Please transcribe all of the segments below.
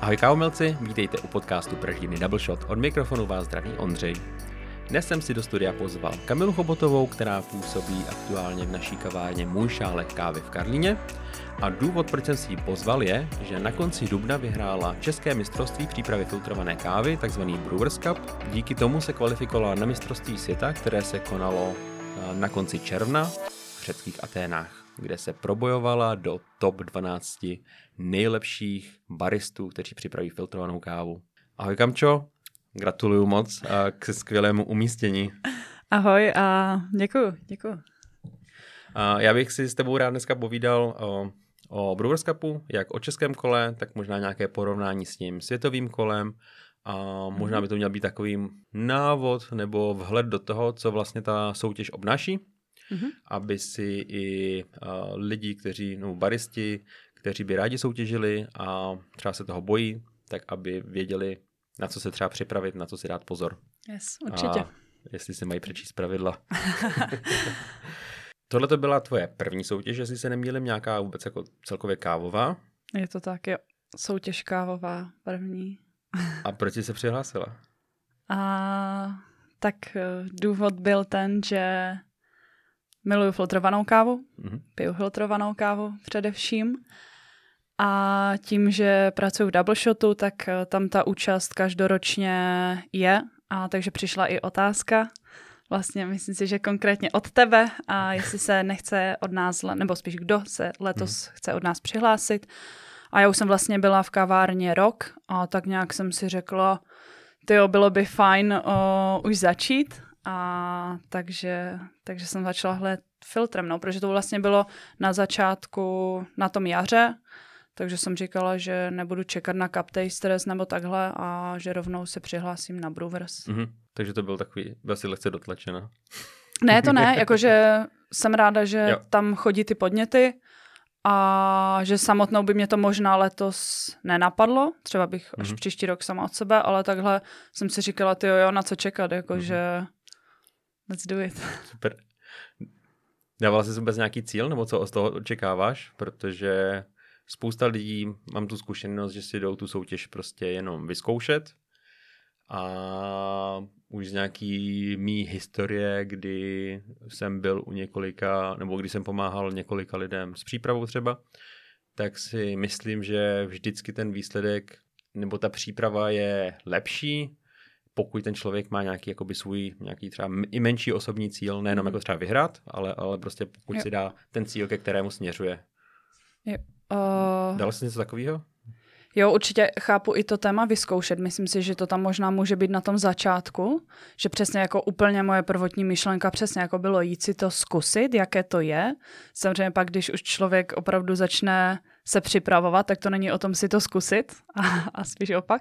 Ahoj kávomilci, vítejte u podcastu Praždiny Double Shot. Od mikrofonu vás zdraví Ondřej. Dnes jsem si do studia pozval Kamilu Chobotovou, která působí aktuálně v naší kavárně Můj šálek kávy v Karlíně. A důvod, proč jsem si ji pozval, je, že na konci dubna vyhrála české mistrovství přípravy filtrované kávy, takzvaný Brewers Cup. Díky tomu se kvalifikovala na mistrovství světa, které se konalo na konci června v řeckých Aténách, kde se probojovala do top 12 nejlepších baristů, kteří připraví filtrovanou kávu. Ahoj Kamčo, gratuluju moc k skvělému umístění. Ahoj a děkuju. Já bych si s tebou rád dneska povídal o Brewers Cupu, jak o českém kole, tak možná nějaké porovnání s tím světovým kolem a možná by to měl být takový návod nebo vhled do toho, co vlastně ta soutěž obnáší. Aby si i lidi, nebo baristi, kteří by rádi soutěžili a třeba se toho bojí, tak aby věděli, na co se třeba připravit, na co si dát pozor. Yes, určitě. A jestli si mají přečíst pravidla. Tohle to byla tvoje první soutěž, jestli se nemýlím, nějaká vůbec jako celkově kávová. Je to tak, jo. Soutěž kávová první. A proč jsi se přihlásila? Tak důvod byl ten, že miluju filtrovanou kávu, piju filtrovanou kávu především a tím, že pracuji v Double Shotu, tak tam ta účast každoročně je a takže přišla i otázka, vlastně myslím si, že konkrétně od tebe a jestli se nechce od nás, nebo spíš kdo se letos chce od nás přihlásit. A já už jsem vlastně byla v kavárně rok a tak nějak jsem si řekla, bylo by fajn už začít. A takže jsem začala hledat filtrem, protože to vlastně bylo na začátku na tom jaře, takže jsem říkala, že nebudu čekat na cup tasters nebo takhle a že rovnou se přihlásím na Brewers. Takže to byl si lehce dotlačena. Ne, to ne, jakože jsem ráda, že tam chodí ty podněty a že samotnou by mě to možná letos nenapadlo, třeba bych až příští rok sama od sebe, ale takhle jsem si říkala, na co čekat, jakože let's do it. Super. Dávala jsi vůbec nějaký cíl, nebo co z toho očekáváš? Protože spousta lidí, mám tu zkušenost, že si jdou tu soutěž prostě jenom vyzkoušet a už z nějaký mý historie, kdy jsem byl u několika, nebo kdy jsem pomáhal několika lidem s přípravou třeba, tak si myslím, že vždycky ten výsledek nebo ta příprava je lepší, pokud ten člověk má nějaký nějaký třeba i menší osobní cíl, nejenom jako třeba vyhrát, ale prostě pokud si dá ten cíl, ke kterému směřuje. Dala jsi něco takového? Jo, určitě chápu i to téma vyzkoušet. Myslím si, že to tam možná může být na tom začátku, že přesně jako úplně moje prvotní myšlenka přesně jako bylo jít si to zkusit, jaké to je. Samozřejmě pak, když už člověk opravdu začne se připravovat, tak to není o tom si to zkusit a spíš opak.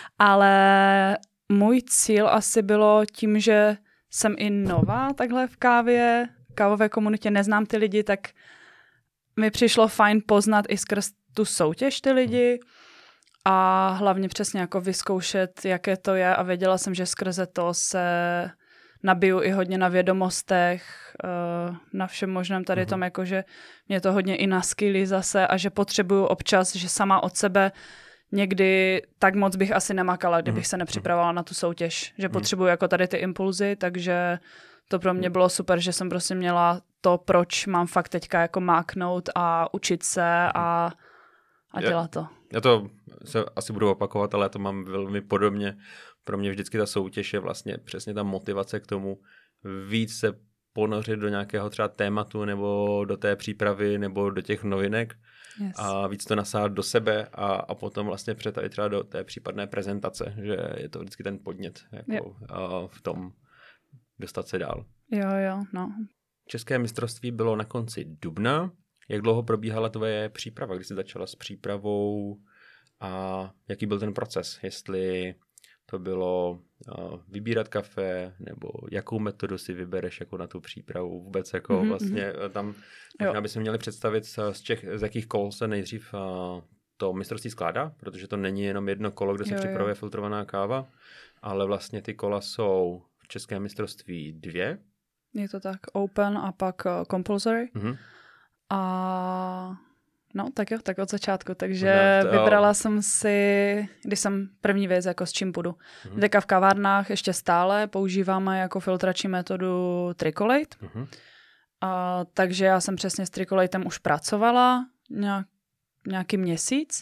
Ale můj cíl asi bylo tím, že jsem i nová takhle v kávové komunitě, neznám ty lidi, tak mi přišlo fajn poznat i skrz tu soutěž ty lidi a hlavně přesně jako vyzkoušet, jaké to je a věděla jsem, že skrze to se nabiju i hodně na vědomostech, na všem možném tady tom, jakože mě to hodně i na skilly zase a že potřebuju občas, že sama od sebe někdy tak moc bych asi nemakala, kdybych se nepřipravovala na tu soutěž, že potřebuju jako tady ty impulzy, takže to pro mě bylo super, že jsem prostě měla to, proč mám fakt teďka jako máknout a učit se a dělat to. Já to se asi budu opakovat, ale já to mám velmi podobně. Pro mě vždycky ta soutěž je vlastně přesně ta motivace k tomu víc se ponořit do nějakého třeba tématu nebo do té přípravy nebo do těch novinek. Yes. A víc to nasát do sebe a potom vlastně přetavit třeba do té případné prezentace, že je to vždycky ten podnět jako v tom dostat se dál. Jo, no. České mistrovství bylo na konci dubna. Jak dlouho probíhala tvoje příprava, když jsi začala s přípravou a jaký byl ten proces? Jestli to bylo vybírat kafe, nebo jakou metodu si vybereš jako na tu přípravu? Vůbec jako vlastně tam možná bychom měli představit z jakých kol se nejdřív to mistrovství skládá, protože to není jenom jedno kolo, kde se připravuje filtrovaná káva, ale vlastně ty kola jsou v Českém mistrovství 2. Je to tak, open a pak compulsory. A No, tak jo, tak od začátku. Takže vybrala jsem si, když jsem první věc, jako s čím půjdu. Teďka v kavárnách ještě stále používáme jako filtrační metodu Tricolate. Takže já jsem přesně s Tricolatem už pracovala nějaký měsíc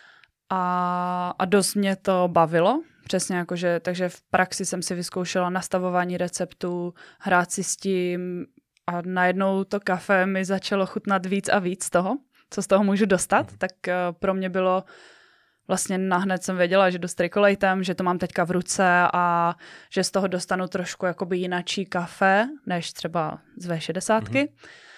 a dost mě to bavilo. Přesně jakože, takže v praxi jsem si vyzkoušela nastavování receptů, hrát si s tím a najednou to kafe mi začalo chutnat víc a víc toho, co z toho můžu dostat, tak pro mě bylo vlastně nahned jsem věděla, že jdu s Tricolatem, že to mám teďka v ruce a že z toho dostanu trošku jakoby jinačí kafe, než třeba z V60.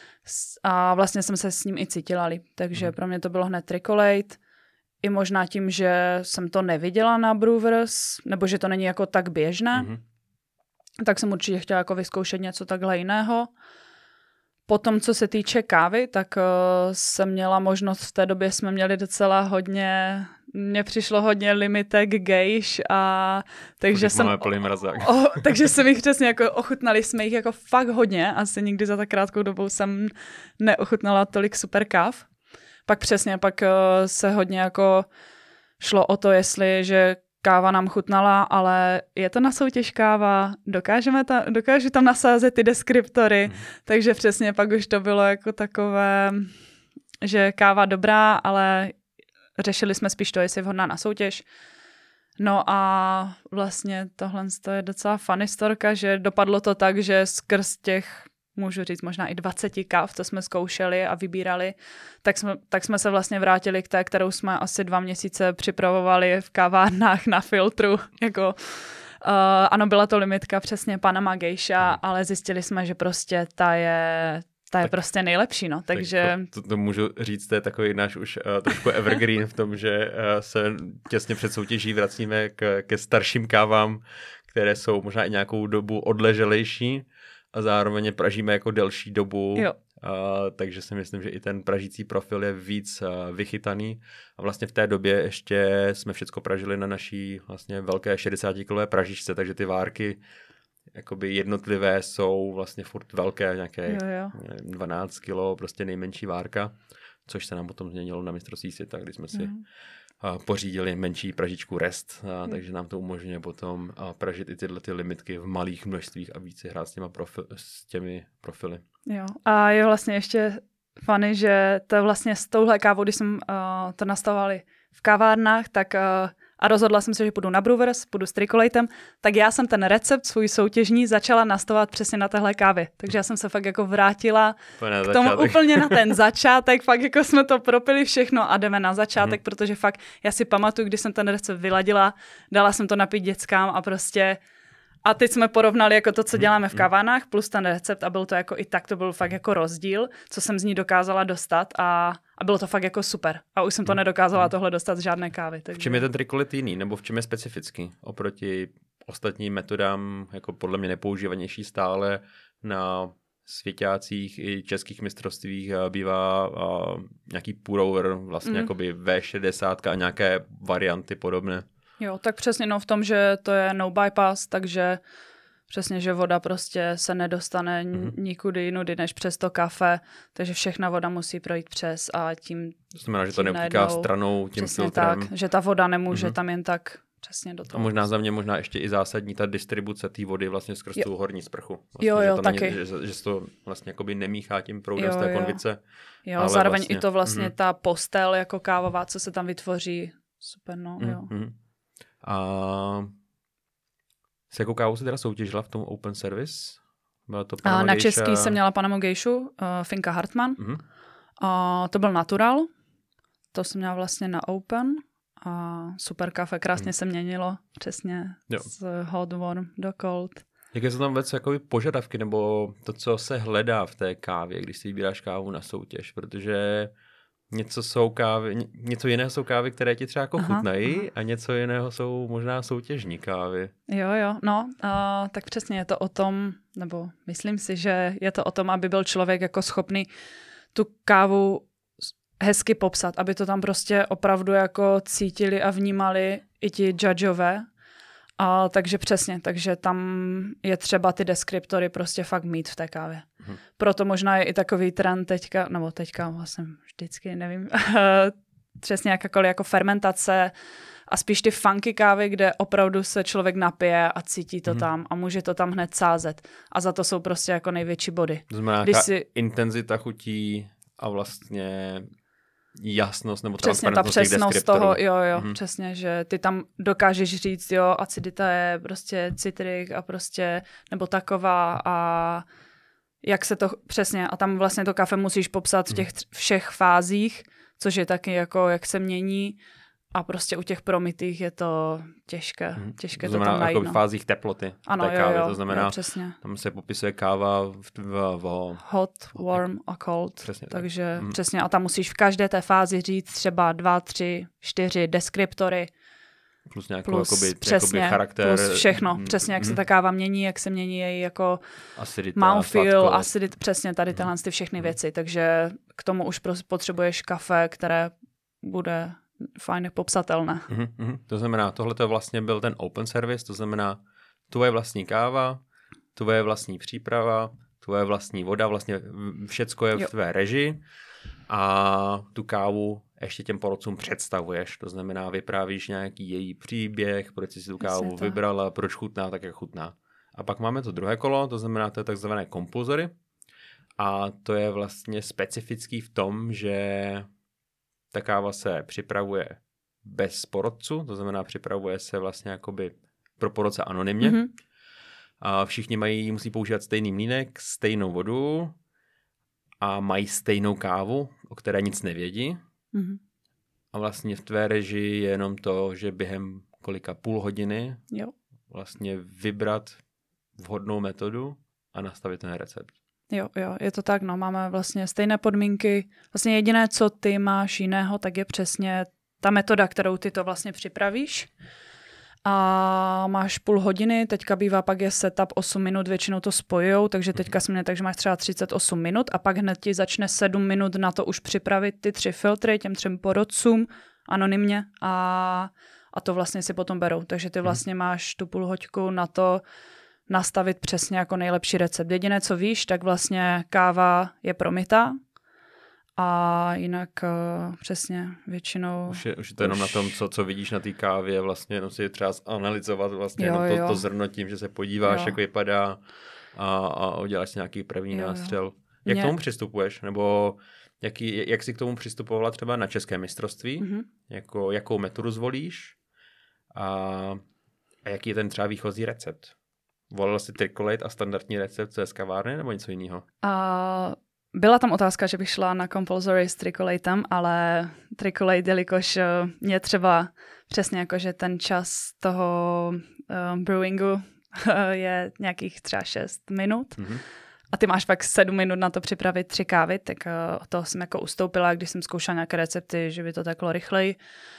A vlastně jsem se s ním i cítila líp, takže pro mě to bylo hned Tricolate. I možná tím, že jsem to neviděla na Brewers, nebo že to není jako tak běžné, tak jsem určitě chtěla jako vyzkoušet něco takhle jiného. Potom, co se týče kávy, tak jsem měla možnost, v té době jsme měli docela hodně, mně přišlo hodně limitek gejš a takže takže jsem jich přesně jako ochutnali jsme jich jako fakt hodně, asi nikdy za tak krátkou dobou jsem neochutnala tolik super káv. Pak se hodně jako šlo o to, že káva nám chutnala, ale je to na soutěž káva, dokážu tam nasázet ty deskriptory, takže přesně pak už to bylo jako takové, že káva dobrá, ale řešili jsme spíš to, jestli je vhodná na soutěž. No a vlastně tohle je docela funny storka, že dopadlo to tak, že skrz těch můžu říct možná i 20 káv, co jsme zkoušeli a vybírali, tak jsme se vlastně vrátili k té, kterou jsme asi 2 měsíce připravovali v kavárnách na filtru. Ano, byla to limitka přesně Panama Geisha, ale zjistili jsme, že prostě ta je prostě nejlepší, no, takže... To můžu říct, to je takový náš už trošku evergreen v tom, že se těsně před soutěží vracíme ke starším kávám, které jsou možná i nějakou dobu odleželejší, a zároveň pražíme jako delší dobu, takže si myslím, že i ten pražící profil je víc vychytaný. A vlastně v té době ještě jsme všecko pražili na naší vlastně velké 60-kilové pražičce, takže ty várky jakoby jednotlivé jsou vlastně furt velké, nějaké 12 kilo, prostě nejmenší várka, což se nám potom změnilo na mistrovství světa, kdy jsme si pořídili menší pražičku Rest, takže nám to umožňuje potom pražit i tyhle ty limitky v malých množstvích a více hrát s těmi profily. Jo. A je vlastně ještě funny, že to vlastně s touhle kávou, když jsem to nastavovali v kavárnách, tak a rozhodla jsem se, že půjdu na Brewers, půjdu s Tricolatem, tak já jsem ten recept svůj soutěžní začala nastavovat přesně na téhle kávě. Takže já jsem se fakt jako vrátila k tomu úplně na ten začátek, fakt jako jsme to propili všechno a jdeme na začátek, protože fakt já si pamatuju, když jsem ten recept vyladila, dala jsem to napít dětskám a prostě a teď jsme porovnali jako to, co děláme v kavárnách, plus ten recept a byl to jako i tak, to byl fakt jako rozdíl, co jsem z ní dokázala dostat a bylo to fakt jako super. A už jsem to nedokázala tohle dostat z žádné kávy. Takže... V čem je ten Tricolate jiný, nebo v čem je specifický oproti ostatním metodám, jako podle mě nepoužívanější stále na svěťácích i českých mistrovstvích bývá nějaký pour-over, vlastně jakoby V60 a nějaké varianty podobné. Jo, tak přesně v tom, že to je no bypass, takže přesně, že voda prostě se nedostane nikudy jinudy než přes to kafe, takže všechna voda musí projít přes a tím... To znamená, že to neutíká stranou tím filtrem. Tak, že ta voda nemůže tam jen tak přesně do toho. A možná za mě ještě i zásadní ta distribuce té vody vlastně skrz tu horní sprchu. Vlastně, jo, že taky. Že se to vlastně jakoby nemíchá tím proudem z té konvice. Jo, ale zároveň vlastně, i to vlastně ta postel jako kávová, co se tam vytvoří. Super, no, jo. A s jakou kávou jsi teda soutěžila v tom Open Service? Byla to na český jsem měla Panama Geishu, Finka Hartmann. To byl natural. To jsem měla vlastně na Open. A super kafe, krásně se měnilo přesně z hot warm do cold. Jaké jsou tam vůbec jakoby požadavky, nebo to, co se hledá v té kávě, když si vybíráš kávu na soutěž? Protože něco jiného jsou kávy, které ti třeba jako chutnají a něco jiného jsou možná soutěžní kávy. Jo, no, tak přesně je to o tom, nebo myslím si, že je to o tom, aby byl člověk jako schopný tu kávu hezky popsat, aby to tam prostě opravdu jako cítili a vnímali i ti judgeové. Takže přesně, takže tam je třeba ty deskriptory prostě fakt mít v té kávě. Proto možná je i takový trend teďka vlastně vždycky, nevím, přesně jakákoliv jako fermentace a spíš ty funky kávy, kde opravdu se člověk napije a cítí to tam a může to tam hned sázet. A za to jsou prostě jako největší body. To znamená intenzita chutí a vlastně jasnost nebo transparentnost těch deskriptorů. Přesně ta přesnost toho, přesně, že ty tam dokážeš říct, acidita je prostě citrik a prostě, nebo taková a jak se to přesně, a tam vlastně to kafe musíš popsat v těch všech fázích, což je taky jako, jak se mění a prostě u těch promytých je to těžké to tam najít. Jako v fázích teploty ano, té kávy, jo, to znamená, přesně. Tam se popisuje káva v hot, warm a cold, přesně takže přesně a tam musíš v každé té fázi říct třeba 2, 3, 4 deskriptory, plus nějakou jakoby charakter. Plus všechno, přesně jak se ta káva mění, jak se mění její jako acidita, mouthfeel, acidit, přesně tady tyhle ty všechny věci, takže k tomu už potřebuješ kafe, které bude fajně popsatelné. To znamená, tohle to vlastně byl ten open service, to znamená tvoje vlastní káva, tvoje vlastní příprava, tvoje vlastní voda, vlastně všecko je v tvé režii a tu kávu ještě těm porodcům představuješ, to znamená vyprávíš nějaký její příběh, proč jsi tu kávu vybrala, proč chutná tak, jak chutná. A pak máme to druhé kolo, to znamená, to je takzvané kompozory a to je vlastně specifický v tom, že ta káva se připravuje bez porodců, to znamená připravuje se vlastně jakoby pro porodce anonymně. A všichni musí používat stejný mlýnek, stejnou vodu a mají stejnou kávu, o které nic nevědí. A vlastně v tvé režii je jenom to, že během půl hodiny vlastně vybrat vhodnou metodu a nastavit ten recept. Jo, je to tak, máme vlastně stejné podmínky. Vlastně jediné, co ty máš jiného, tak je přesně ta metoda, kterou ty to vlastně připravíš. A máš půl hodiny, teďka bývá, pak je setup 8 minut, většinou to spojujou, takže teďka jsme měli, takže máš třeba 38 minut a pak hned ti začne 7 minut na to už připravit ty 3 filtry těm 3 porodcům anonymně a to vlastně si potom berou. Takže ty vlastně máš tu půl hoďku na to nastavit přesně jako nejlepší recept. Jediné, co víš, tak vlastně káva je promytá a jinak přesně většinou... Už je to jenom na tom, co vidíš na té kávě, vlastně jenom si třeba analyzovat vlastně to zrno tím, že se podíváš, jak vypadá a uděláš si nějaký první nástřel. Jak k tomu přistupuješ? Nebo jak jsi k tomu přistupovala třeba na české mistrovství? Jakou metodu zvolíš? A jaký je ten třeba výchozí recept? Volila jsi trikolate a standardní recept z kavárny nebo něco jiného? Byla tam otázka, že bych šla na compulsory s tricolatem, ale tricolate, jelikož mě třeba přesně jako, že ten čas toho brewingu je nějakých třeba 6 minut a ty máš pak 7 minut na to připravit 3 kávy, tak toho jsem jako ustoupila, když jsem zkoušela nějaké recepty, že by to taklo rychleji.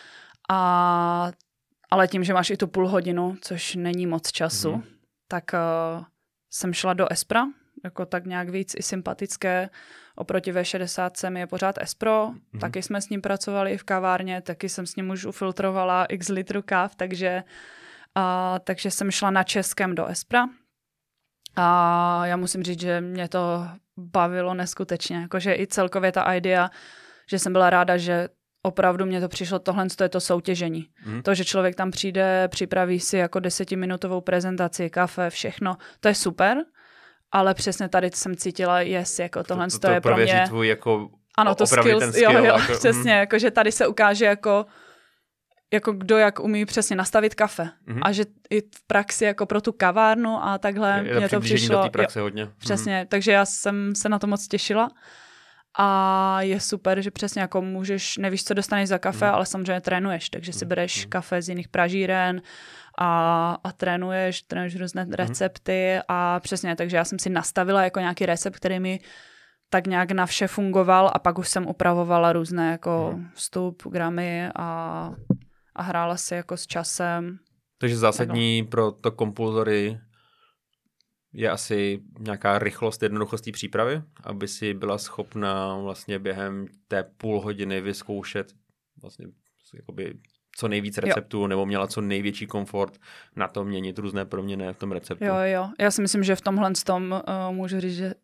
Ale tím, že máš i tu půl hodinu, což není moc času, tak jsem šla do Espra, jako tak nějak víc i sympatické. Oproti V60 mi je pořád Espro, taky jsme s ním pracovali i v kavárně, taky jsem s ním už ufiltrovala x litru káv, takže jsem šla na českém do Espra. A já musím říct, že mě to bavilo neskutečně, jakože i celkově ta idea, že jsem byla ráda, že opravdu mě to přišlo, tohle je to soutěžení. To, že člověk tam přijde, připraví si jako 10minutovou prezentaci, kafe, všechno, to je super, ale přesně tady jsem cítila, jako tohle je pro mě... tvůj jako ano, to skills, ten skill. Jo, přesně, jako, že tady se ukáže jako kdo jak umí přesně nastavit kafe. A že i v praxi jako pro tu kavárnu a takhle mě to přišlo... do té praxe hodně. Přesně, takže já jsem se na to moc těšila. A je super, že přesně jako nevíš, co dostaneš za kafe, ale samozřejmě trénuješ, takže si bereš kafe z jiných pražíren a trénuješ různé recepty a přesně, takže já jsem si nastavila jako nějaký recept, který mi tak nějak na vše fungoval a pak už jsem upravovala různé jako vstup, gramy a hrála si jako s časem. Takže zásadní pro to kompulzory je asi nějaká rychlost, jednoduchost té přípravy, aby si byla schopna vlastně během té půl hodiny vyzkoušet vlastně jakoby co nejvíc receptů, nebo měla co největší komfort na to měnit různé proměny v tom receptu. Jo. Já si myslím, že v tomhle můžu říct, že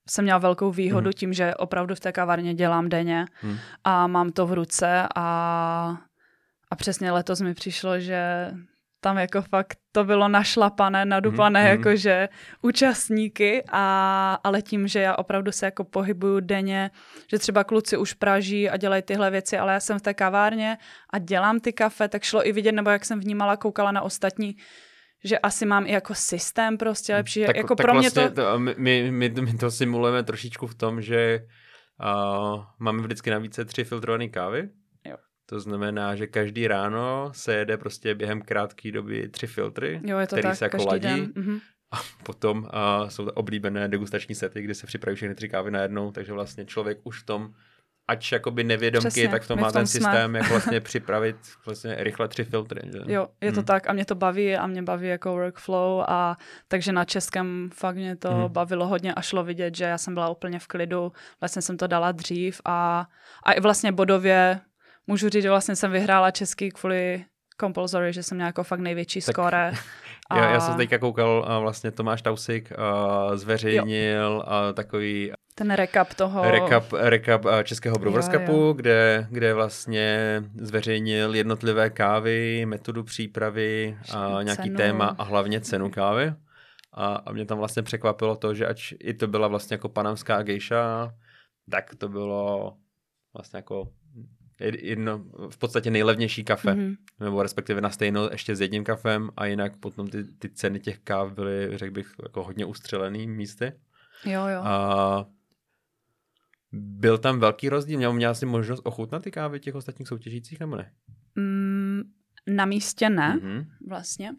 jsem měla velkou výhodu tím, že opravdu v té kavárně dělám denně a mám to v ruce a přesně letos mi přišlo, že tam jako fakt to bylo našlapané, nadupané jakože účastníky, ale tím, že já opravdu se jako pohybuju denně, že třeba kluci už praží a dělají tyhle věci, ale já jsem v té kavárně a dělám ty kafe, tak šlo i vidět, nebo jak jsem vnímala, koukala na ostatní, že asi mám i jako systém prostě lepší. Tak, jako tak pro mě vlastně my to simulujeme trošičku v tom, že máme vždycky na více 3 filtrované kávy. Jo. To znamená, že každý ráno se jede prostě během krátké doby 3 filtry, které se jako ladí. A potom jsou to oblíbené degustační sety, kdy se připraví všechny 3 kávy najednou, takže vlastně člověk už v tom, ač jakoby nevědomky, přesně, tak v tom má ten systém, jak vlastně připravit vlastně rychle 3 filtry. Že? Jo, je to tak a mě to baví a mě baví jako workflow a takže na českém fakt mě to bavilo hodně a šlo vidět, že já jsem byla úplně v klidu, vlastně jsem to dala dřív a i vlastně bodově můžu říct, že vlastně jsem vyhrála český kvůli Compulsory, že jsem měla jako fakt největší skóre. Já jsem teďka koukal a vlastně Tomáš Tausik zveřejnil takový ten recap toho... Recap českého Brewers Cupu, kde vlastně zveřejnil jednotlivé kávy, metodu přípravy a nějaký cenu. Téma a hlavně cenu kávy. A mě tam vlastně překvapilo to, že ač i to byla vlastně jako panamská gejša, tak to bylo vlastně jako jedno, v podstatě nejlevnější kafe, nebo respektive na stejno ještě s jedním kafem a jinak potom ty ceny těch káv byly, řekl bych, jako hodně ustřelený místy. Jo. A byl tam velký rozdíl? Měla jsi možnost ochutnat ty kávy těch ostatních soutěžících, nebo ne? Na místě ne, vlastně.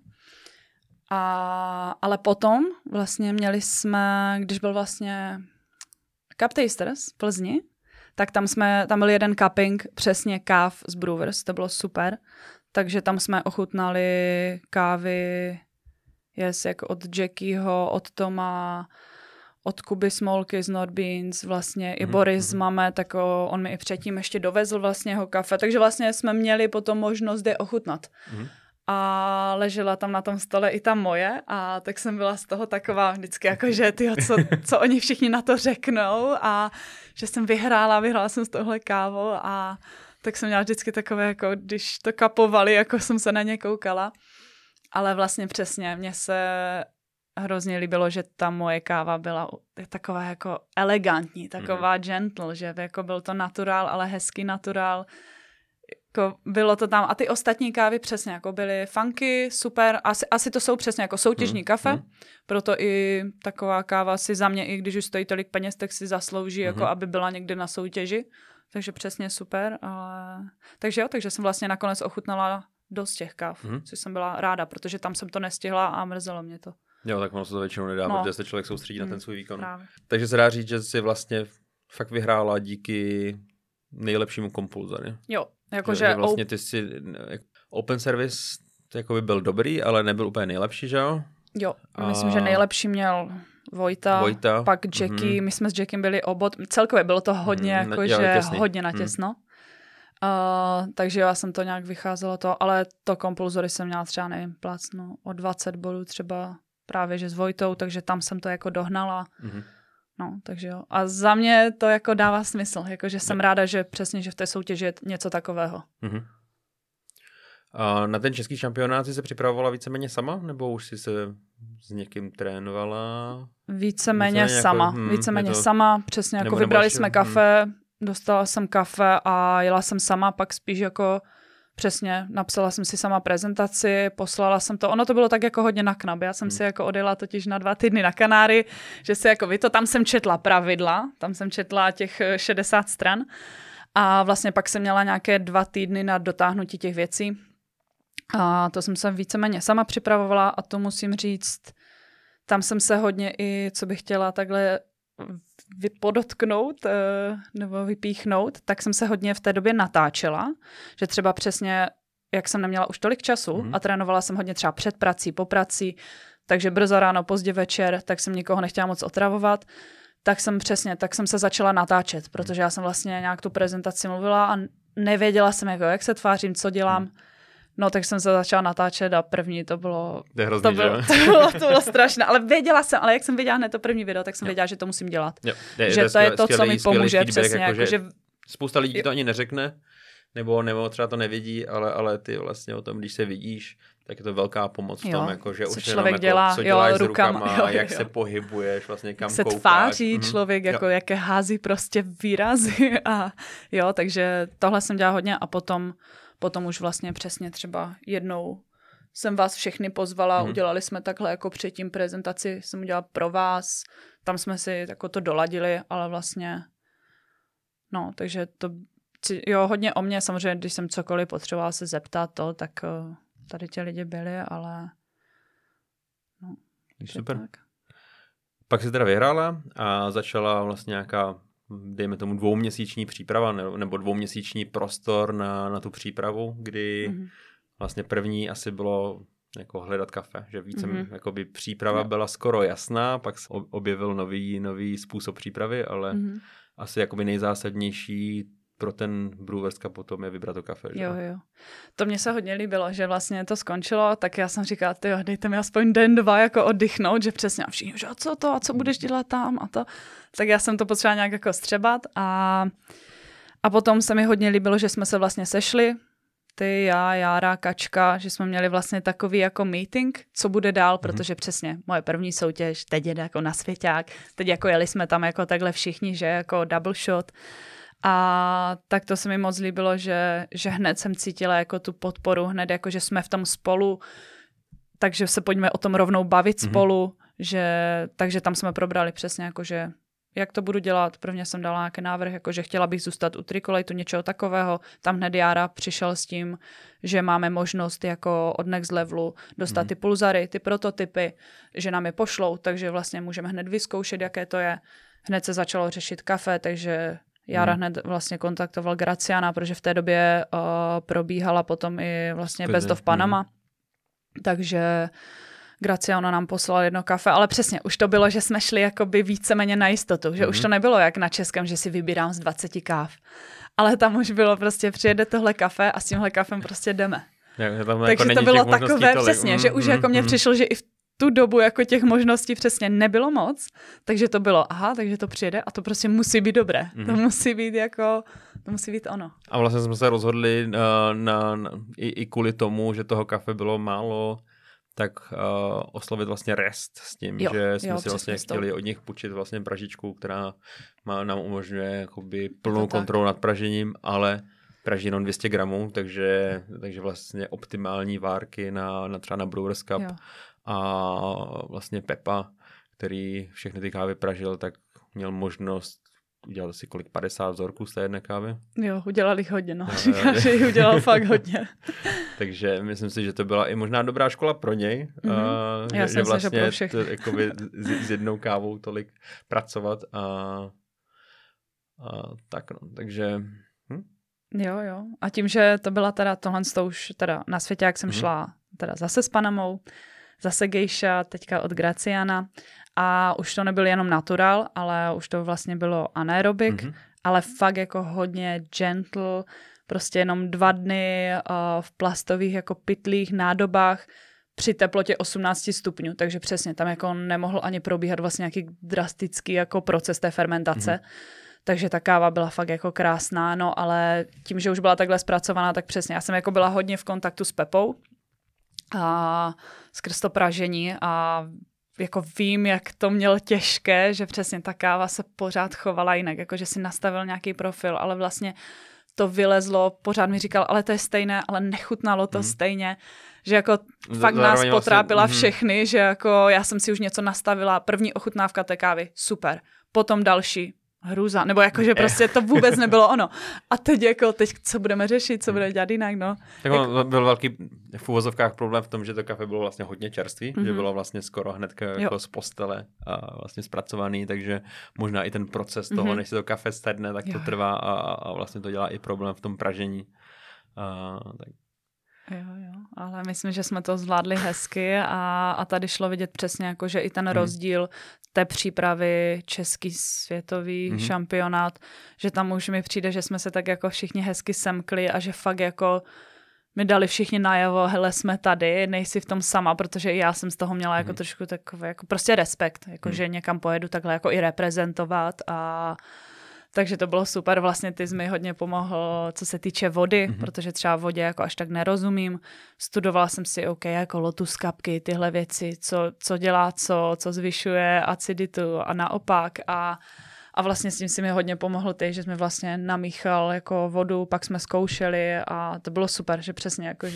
Ale potom vlastně měli jsme, když byl vlastně Cup Tasters v Plzni, tak tam byl jeden cupping přesně káv z Brewers, to bylo super. Takže tam jsme ochutnali kávy jako od Jackieho, od Toma, od Kuby Smolky z Not Beans, vlastně i Boris z Mame, tak on mi i předtím ještě dovezl vlastně jeho kafe, takže vlastně jsme měli potom možnost je ochutnat. A ležela tam na tom stole i ta moje a tak jsem byla z toho taková vždycky jako, že tyjo, co oni všichni na to řeknou a že jsem vyhrála jsem z tohle kávu a tak jsem měla vždycky takové, jako když to kapovali, jako jsem se na ně koukala. Ale vlastně přesně, mně se hrozně líbilo, že ta moje káva byla taková jako elegantní, taková gentle, že jako byl to naturál, ale hezký naturál. Jako bylo to tam a ty ostatní kávy přesně jako byly funky, super, asi to jsou přesně jako soutěžní kafe, proto i taková káva si za mě, i když už stojí tolik peněz, tak si zaslouží, jako aby byla někde na soutěži, takže přesně super. Takže jsem vlastně nakonec ochutnala dost těch káv, což jsem byla ráda, protože tam jsem to nestihla a mrzelo mě to. Jo, tak ono se to většinou nedá, protože se člověk soustředí na ten svůj výkon. Právě. Takže se dá říct, že jsi vlastně fakt vyhrála díky nejlepšímu Compulsory. Jo, jakože... Vlastně ty si... Open Service jako by byl dobrý, ale nebyl úplně nejlepší, že jo? Jo, myslím, že nejlepší měl Vojta, pak Jackie, my jsme s Jackiem byli obod, celkově bylo to hodně, jakože hodně natěsno. Takže já jsem to nějak vycházela to, ale to Compulsory jsem měla třeba, nevím, plácnu o 20 bodů třeba právě, že s Vojtou, takže tam jsem to jako dohnala. No, takže jo. A za mě to jako dává smysl, jakože jsem ráda, že přesně, že v té soutěži je něco takového. A na ten český šampionát jsi se připravovala víceméně sama, nebo už jsi se s někým trénovala? Víceméně sama, přesně jako vybrali jsme kafe, dostala jsem kafe a jela jsem sama, pak spíš jako přesně, napsala jsem si sama prezentaci, poslala jsem to, ono to bylo tak jako hodně na knab, já jsem si jako odjela totiž na 2 týdny na Kanáry, že si jako tam jsem četla pravidla, tam jsem četla těch 60 stran a vlastně pak jsem měla nějaké 2 týdny na dotáhnutí těch věcí a to jsem se víceméně sama připravovala a to musím říct, tam jsem se hodně i, co bych chtěla takhle podotknout nebo vypíchnout, tak jsem se hodně v té době natáčela, že třeba přesně, jak jsem neměla už tolik času a trénovala jsem hodně třeba před prací, po prací, takže brzo ráno, pozdě večer, tak jsem nikoho nechtěla moc otravovat, tak jsem se začala natáčet, protože já jsem vlastně nějak tu prezentaci mluvila a nevěděla jsem, jak se tvářím, co dělám. No, tak jsem se začala natáčet a první to bylo... To je hrozný, to bylo strašné, ale věděla jsem, ale jak jsem viděla hned to první video, tak jsem věděla, že to musím dělat. Že to je to, co mi pomůže, přesně. Jako, že spousta lidí to ani neřekne, nebo třeba to nevidí, ale ty vlastně o tom, když se vidíš, tak je to velká pomoc v tom, jako, že už člověk jenom dělá, jako, co děláš s rukama, jak se pohybuješ, vlastně kam se koukáš. tváří člověk, jako jaké hází prostě výrazy a jo, takže tohle jsem dělala hodně a potom už vlastně přesně třeba jednou jsem vás všechny pozvala, udělali jsme takhle jako předtím prezentaci, jsem udělala pro vás, tam jsme si jako to doladili, ale vlastně no, takže to jo, hodně o mě, samozřejmě, když jsem cokoliv potřebovala se zeptat to, tak tady ti lidi byli, ale no. Super. Tak. Pak jsi teda vyhrála a začala vlastně nějaká, dejme tomu, 2měsíční příprava nebo 2měsíční prostor na tu přípravu, kdy vlastně první asi bylo jako hledat kafe, že více jakoby příprava byla skoro jasná, pak se objevil nový způsob přípravy, ale asi jakoby nejzásadnější pro ten Brewers Cup potom je vybrat to kafe. Že? Jo. To mně se hodně líbilo, že vlastně to skončilo, tak já jsem říkala, tyjo, dejte mi aspoň den, 2 jako oddychnout, že přesně a všichni, že a co budeš dělat tam a to. Tak já jsem to potřebovala nějak jako střebat a potom se mi hodně líbilo, že jsme se vlastně sešli, ty, já, Jára, Kačka, že jsme měli vlastně takový jako meeting, co bude dál, protože přesně moje první soutěž, teď jede jako na svěťák, teď jako jeli jsme tam jako takhle všichni, že jako double shot. A tak to se mi moc líbilo, že hned jsem cítila jako tu podporu, hned jako, že jsme v tom spolu, takže se pojďme o tom rovnou bavit spolu, takže tam jsme probrali přesně jako, že jak to budu dělat. Prvně jsem dala nějaký návrh, jako, že chtěla bych zůstat u Tricolejtu, něčeho takového. Tam hned Jára přišel s tím, že máme možnost jako od Next Levelu dostat ty pulzary, ty prototypy, že nám je pošlou, takže vlastně můžeme hned vyzkoušet, jaké to je. Hned se začalo řešit kafe, takže Jára hned vlastně kontaktoval Graciana, protože v té době probíhala potom i vlastně Best of Panama. Takže Graciana nám poslala 1 kafe, ale přesně, už to bylo, že jsme šli jakoby víceméně na jistotu, že už to nebylo jak na českém, že si vybírám z 20 káv. Ale tam už bylo prostě, přijede tohle kafe a s tímhle kafem prostě jdeme. Takže to bylo takové, přesně, že už jako mně přišlo, že i v tu dobu jako těch možností přesně nebylo moc, takže to bylo, takže to přijede a to prostě musí být dobré. To musí být jako, to musí být ono. A vlastně jsme se rozhodli i kvůli tomu, že toho kafe bylo málo, tak oslovit vlastně Rest s tím, že jsme si vlastně chtěli od nich půjčit vlastně pražičku, která nám umožňuje jakoby plnou kontrolu nad pražením, ale praží jenom 200 gramů, takže vlastně optimální várky třeba na Brewers Cup. Jo. A vlastně Pepa, který všechny ty kávy pražil, tak měl možnost udělat asi 50 vzorků z té jedné kávy. Jo, udělali jich hodně, no. Říká, že jich udělal fakt hodně. Takže myslím si, že to byla i možná dobrá škola pro něj. Že vlastně že to, jakoby, s jednou kávou tolik pracovat a tak no, takže... Jo. A tím, že to byla teda tohle to už teda na světě, jak jsem šla teda zase s Panamou, zase gejša, teďka od Graciana a už to nebyl jenom natural, ale už to vlastně bylo anaerobik, ale fakt jako hodně gentle, prostě jenom 2 dny v plastových jako pytlích, nádobách při teplotě 18 stupňů, takže přesně tam jako nemohl ani probíhat vlastně nějaký drastický jako proces té fermentace. Takže ta káva byla fakt jako krásná, no ale tím, že už byla takhle zpracovaná, tak přesně, já jsem jako byla hodně v kontaktu s Pepou a skrz to pražení a jako vím, jak to měl těžké, že přesně ta káva se pořád chovala jinak, jako že si nastavil nějaký profil, ale vlastně to vylezlo, pořád mi říkal, ale to je stejné, ale nechutnalo to stejně, že jako fakt nás potrápila všechny, že jako já jsem si už něco nastavila, první ochutnávka té kávy, super, potom další, hrůza, nebo jako, že prostě to vůbec nebylo ono. A teď co budeme řešit, co budeme dělat jinak, no. Tak byl velký v uvozovkách problém v tom, že to kafe bylo vlastně hodně čerstvý, že bylo vlastně skoro hnedka jako z postele a vlastně zpracovaný, takže možná i ten proces toho, než se to kafe sedne, tak to trvá a vlastně to dělá i problém v tom pražení. Tak. Jo, ale myslím, že jsme to zvládli hezky a tady šlo vidět přesně jako, že i ten rozdíl té přípravy český světový šampionát, že tam už mi přijde, že jsme se tak jako všichni hezky semkli a že fakt jako mi dali všichni najevo, hele, jsme tady, nejsi v tom sama, protože já jsem z toho měla jako trošku takový jako prostě respekt, jako že někam pojedu takhle jako i reprezentovat a takže to bylo super, vlastně ty jsi mi hodně pomohl, co se týče vody, protože třeba vodě jako až tak nerozumím. Studovala jsem si, jako lotus kapky, tyhle věci, co dělá co zvyšuje aciditu a naopak a vlastně s tím si mi hodně pomohl ty, že jsi mi vlastně namíchal jako vodu, pak jsme zkoušeli a to bylo super, že přesně jako,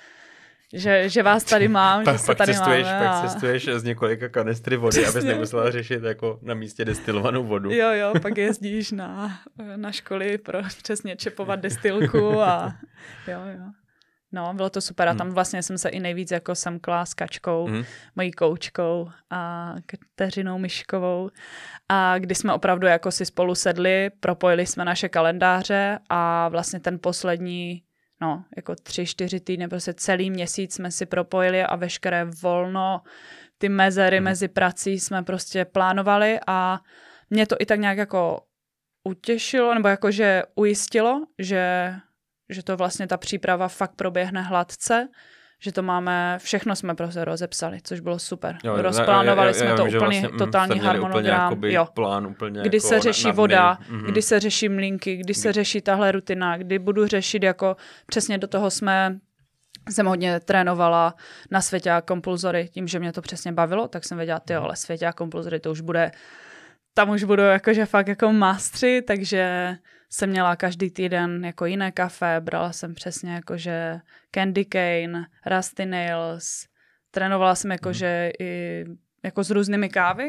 že vás tady mám, že se tady máme. Pak cestuješ z několika kanistry vody, abys nemusela řešit jako na místě destilovanou vodu. Jo, pak jezdíš na školy pro přesně čepovat destilku a jo. No, bylo to super a tam vlastně jsem se i nejvíc jako semkla s Kačkou, mojí koučkou a Kateřinou Myškovou a kdy jsme opravdu jako si spolu sedli, propojili jsme naše kalendáře a vlastně ten poslední jako 3-4 týdny, prostě celý měsíc jsme si propojili a veškeré volno, ty mezery mezi prací jsme prostě plánovali a mě to i tak nějak jako utěšilo, nebo jakože ujistilo, že to vlastně ta příprava fakt proběhne hladce, že to máme, všechno jsme prostě rozepsali, což bylo super. Rozplánovali jsme to úplně vlastně, totální harmonogram. Plán úplně kdy jako se řeší voda, kdy se řeší mlýnky, kdy se řeší tahle rutina, kdy budu řešit jako přesně do toho jsem hodně trénovala na Světě a Compulsory, tím, že mě to přesně bavilo, tak jsem věděla, ale Světě a Compulsory to už bude, tam už budu jakože fakt jako mastři, takže jsem měla každý týden jako jiné kafe, brala jsem přesně jakože Candy Cane, Rusty Nails, trénovala jsem jakože i jako s různými kávy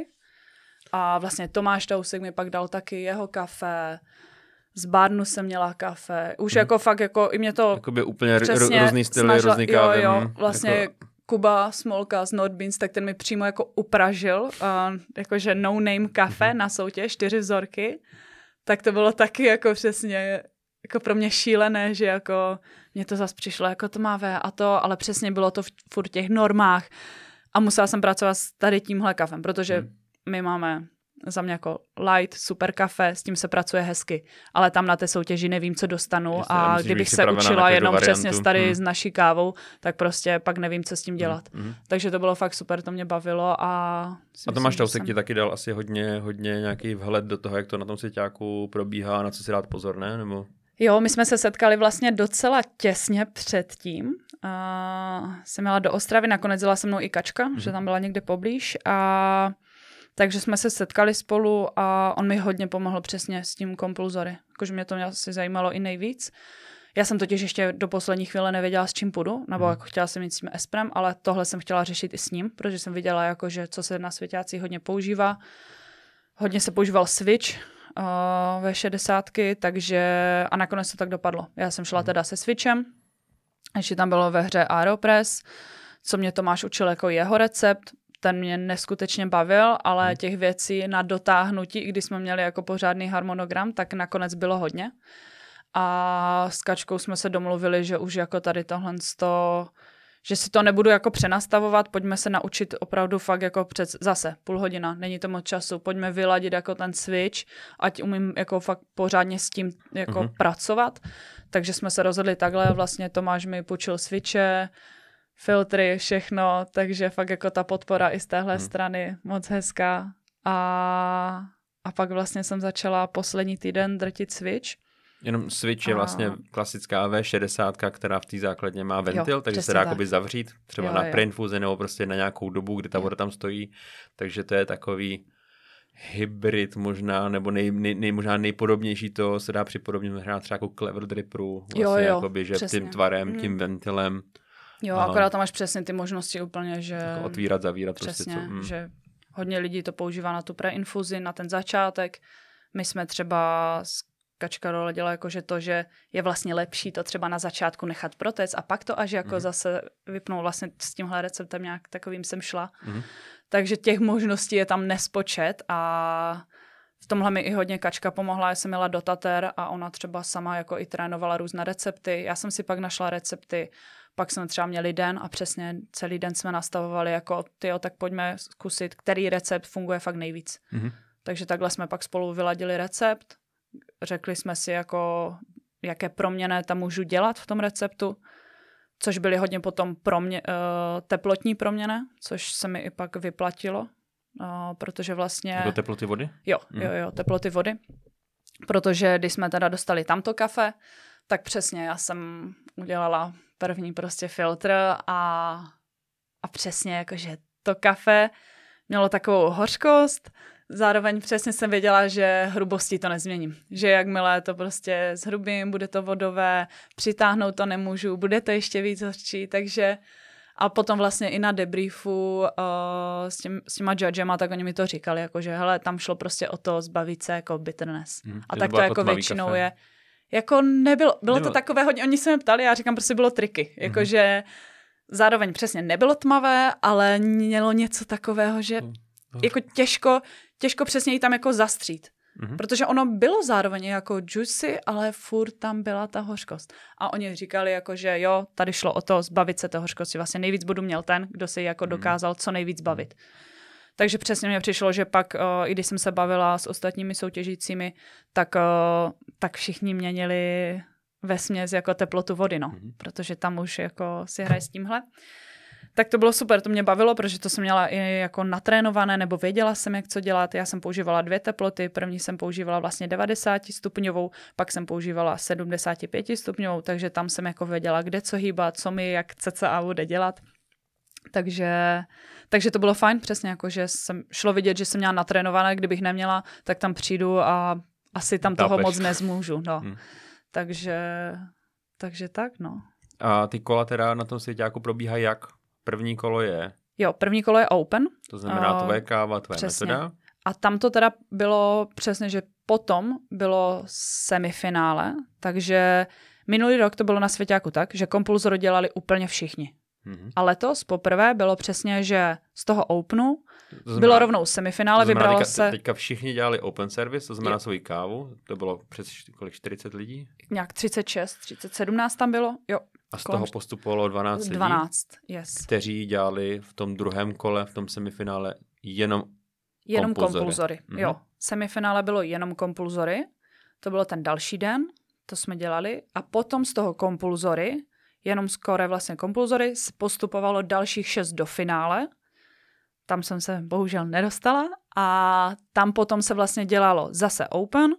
a vlastně Tomáš Tousek mi pak dal taky jeho kafe, z Barnu jsem měla kafe, už jako fakt jako i mě to jakoby úplně různý styly, různý kávy. Jo, vlastně jako Kuba Smolka z Not Beans, tak ten mi přímo jako upražil, jakože no name kafe na soutěž, 4 vzorky. Tak to bylo taky jako přesně jako pro mě šílené, že jako mě to zase přišlo jako tmavé a to, ale přesně bylo to furt v těch normách a musela jsem pracovat s tady tímhle kafem, protože my máme za mě jako light, super kafe, s tím se pracuje hezky, ale tam na té soutěži nevím, co dostanu a kdybych se učila jenom přesně tady s naší kávou, tak prostě pak nevím, co s tím dělat. Takže to bylo fakt super, to mě bavilo a Tomáš Tousek ti taky dal asi hodně nějaký vhled do toho, jak to na tom svěťáku probíhá, na co si dát pozor, ne? Nebo... Jo, my jsme se setkali vlastně docela těsně předtím. Jsem jela do Ostravy, nakonec jela se mnou i Kačka, že tam byla někde poblíž a takže jsme se setkali spolu a on mi hodně pomohl přesně s tím Compulsory. Jakože mě to asi zajímalo i nejvíc. Já jsem totiž ještě do poslední chvíle nevěděla, s čím půjdu, nebo jako chtěla jsem jít s tím Esprem, ale tohle jsem chtěla řešit i s ním, protože jsem viděla, jakože, co se na svěťácích hodně používá. Hodně se používal Switch ve 60, takže a nakonec to tak dopadlo. Já jsem šla teda se Switchem, ještě tam bylo ve hře Aeropress, co mě Tomáš učil jako jeho recept, ten mě neskutečně bavil, ale těch věcí na dotáhnutí, i když jsme měli jako pořádný harmonogram, tak nakonec bylo hodně. A s Kačkou jsme se domluvili, že už jako tady tohle že si to nebudu jako přenastavovat, pojďme se naučit opravdu fakt jako zase půl hodina, není to moc času, pojďme vyladit jako ten switch, ať umím jako fakt pořádně s tím jako pracovat. Takže jsme se rozhodli takhle, vlastně Tomáš mi půjčil switche, filtry, všechno, takže fakt jako ta podpora i z téhle strany moc hezká. A pak vlastně jsem začala poslední týden drtit Switch. Jenom Switch je vlastně klasická V60, která v té základně má ventil, takže se dá jakoby zavřít, třeba na preinfuzi nebo prostě na nějakou dobu, kdy ta voda tam stojí. Takže to je takový hybrid možná, nebo možná nejpodobnější to se dá připodobnit třeba jako Clever Dripperu, vlastně jakoby, že přesně. Tím tvarem, tím ventilem. Jo, akorát tam máš přesně ty možnosti úplně, že... Jako otvírat, zavírat. Přesně, prostě že hodně lidí to používá na tu preinfuzi, na ten začátek. My jsme třeba s Kačka doladila jakože to, že je vlastně lepší to třeba na začátku nechat protéct a pak to až jako zase vypnout. Vlastně s tímhle receptem nějak takovým jsem šla. Takže těch možností je tam nespočet a v tomhle mi i hodně Kačka pomohla. Já jsem jela do Tater a ona třeba sama jako i trénovala různé recepty. Já jsem si pak našla recepty. Pak jsme třeba měli den a přesně celý den jsme nastavovali jako tak pojďme zkusit, který recept funguje fakt nejvíc. Takže takhle jsme pak spolu vyladili recept, řekli jsme si jako, jaké proměny tam můžu dělat v tom receptu. což byly hodně potom teplotní proměny, což se mi i pak vyplatilo, protože vlastně... Jako teploty vody? Jo, teploty vody. Protože když jsme teda dostali tamto kafe, tak přesně já jsem udělala první prostě filtr a přesně jakože to kafe mělo takovou hořkost, zároveň přesně jsem věděla, že hrubostí to nezměním. Že jakmile to prostě zhrubím, bude to vodové, přitáhnout to nemůžu, bude to ještě víc hořčí, takže... A potom vlastně i na debriefu s těma judgema, tak oni mi to říkali, jakože hele, tam šlo prostě o to zbavit se jako bitterness. A tak to jako většinou kafe. Je. Jako bylo to takové hodně, oni se mě ptali, já říkám, prostě bylo triky. Jakože zároveň přesně nebylo tmavé, ale mělo něco takového, že jako těžko přesně jí tam jako zastřít. Protože ono bylo zároveň jako juicy, ale furt tam byla ta hořkost. A oni říkali jako, že jo, tady šlo o to zbavit se té hořkosti. Vlastně nejvíc bodu měl ten, kdo se jako dokázal co nejvíc bavit. Takže přesně mě přišlo, že pak, i když jsem se bavila s ostatními soutěžícími, tak všichni měnili vesměs jako teplotu vody, no. Protože tam už jako si hraje s tímhle. Tak to bylo super, to mě bavilo, protože to jsem měla i jako natrénované, nebo věděla jsem, jak co dělat. Já jsem používala 2 teploty, první jsem používala vlastně 90 stupňovou, pak jsem používala 75 stupňovou, takže tam jsem jako věděla, kde co hýbat, co mi jak cca bude dělat. Takže to bylo fajn, přesně jako, že jsem šlo vidět, že jsem měla natrénované, kdybych neměla, tak tam přijdu a asi tam toho moc nezmůžu, no. Takže tak, no. A ty kola teda na tom svěťáku probíhají jak? První kolo je? Jo, první kolo je open. To znamená tvoje káva, tvoje metoda. A tam to teda bylo přesně, že potom bylo semifinále, takže minulý rok to bylo na svěťáku tak, že kompulzor dělali úplně všichni. A letos poprvé bylo přesně, že z toho openu bylo rovnou semifinále, vybralo se... Teďka všichni dělali open service, to znamená svoji kávu, to bylo přes 40 lidí? Nějak 36, 17 tam bylo, jo. A z toho postupovalo 12 lidí, yes. Kteří dělali v tom druhém kole, v tom semifinále jenom kompulzory. Jo, semifinále bylo jenom kompulzory, to bylo ten další den, to jsme dělali a potom z toho kompulzory, jenom skoro vlastně kompulzory, postupovalo dalších 6 do finále, tam jsem se bohužel nedostala a tam potom se vlastně dělalo zase open.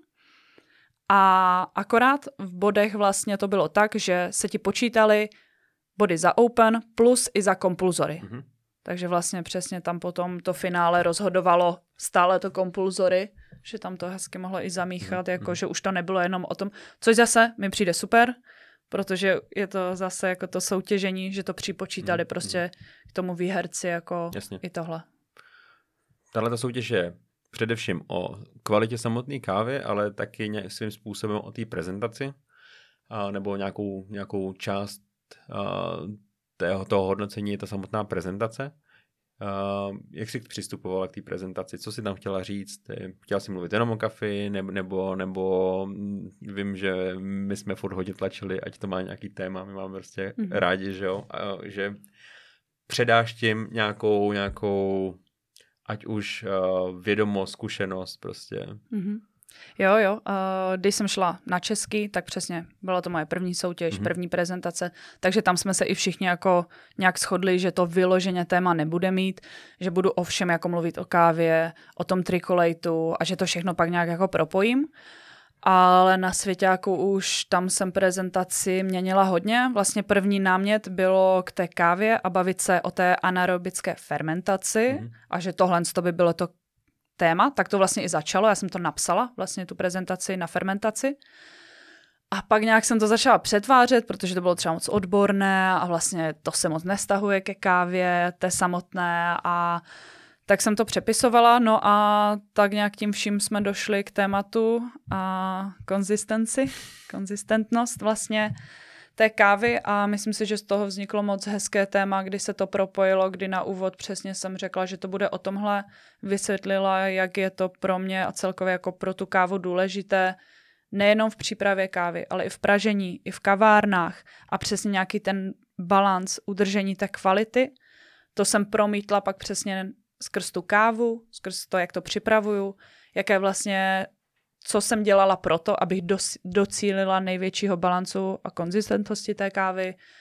A akorát v bodech vlastně to bylo tak, že se ti počítaly body za open plus i za kompulzory. Takže vlastně přesně tam potom to finále rozhodovalo stále to kompulzory, že tam to hezky mohlo i zamíchat, jako že už to nebylo jenom o tom, což zase mi přijde super, protože je to zase jako to soutěžení, že to připočítali prostě k tomu výherci jako i tohle. Tahle ta soutěž je především o kvalitě samotné kávy, ale taky svým způsobem o té prezentaci nebo nějakou část toho hodnocení je ta samotná prezentace. Jak jsi přistupovala k té prezentaci? Co jsi tam chtěla říct? Chtěla jsi mluvit jenom o kafi? Nebo vím, že my jsme furt hodně tlačili, ať to má nějaký téma. My máme prostě rádi, že jo? Že předáš tím nějakou ať už vědomost, zkušenost prostě. Jo. Když jsem šla na český, tak přesně byla to moje první soutěž, první prezentace, takže tam jsme se i všichni jako nějak shodli, že to vyloženě téma nebude mít, že budu ovšem jako mluvit o kávě, o tom trikolejtu a že to všechno pak nějak jako propojím. Ale na svěťáku už tam jsem prezentaci měnila hodně. Vlastně první námět bylo k té kávě a bavit se o té anaerobické fermentaci a že tohle by bylo to téma, tak to vlastně i začalo. Já jsem to napsala, vlastně tu prezentaci na fermentaci. A pak nějak jsem to začala přetvářet, protože to bylo třeba moc odborné a vlastně to se moc nestahuje ke kávě, té samotné a tak jsem to přepisovala, no a tak nějak tím vším jsme došli k tématu a konzistentnost vlastně té kávy a myslím si, že z toho vzniklo moc hezké téma, kdy se to propojilo, kdy na úvod přesně jsem řekla, že to bude o tomhle, vysvětlila, jak je to pro mě a celkově jako pro tu kávu důležité, nejenom v přípravě kávy, ale i v pražení, i v kavárnách a přesně nějaký ten balans, udržení té kvality. To jsem promítla pak přesně skrz tu kávu, skrz to, jak to připravuju, jaké vlastně, co jsem dělala proto, abych docílila největšího balancu a konzistentnosti té kávy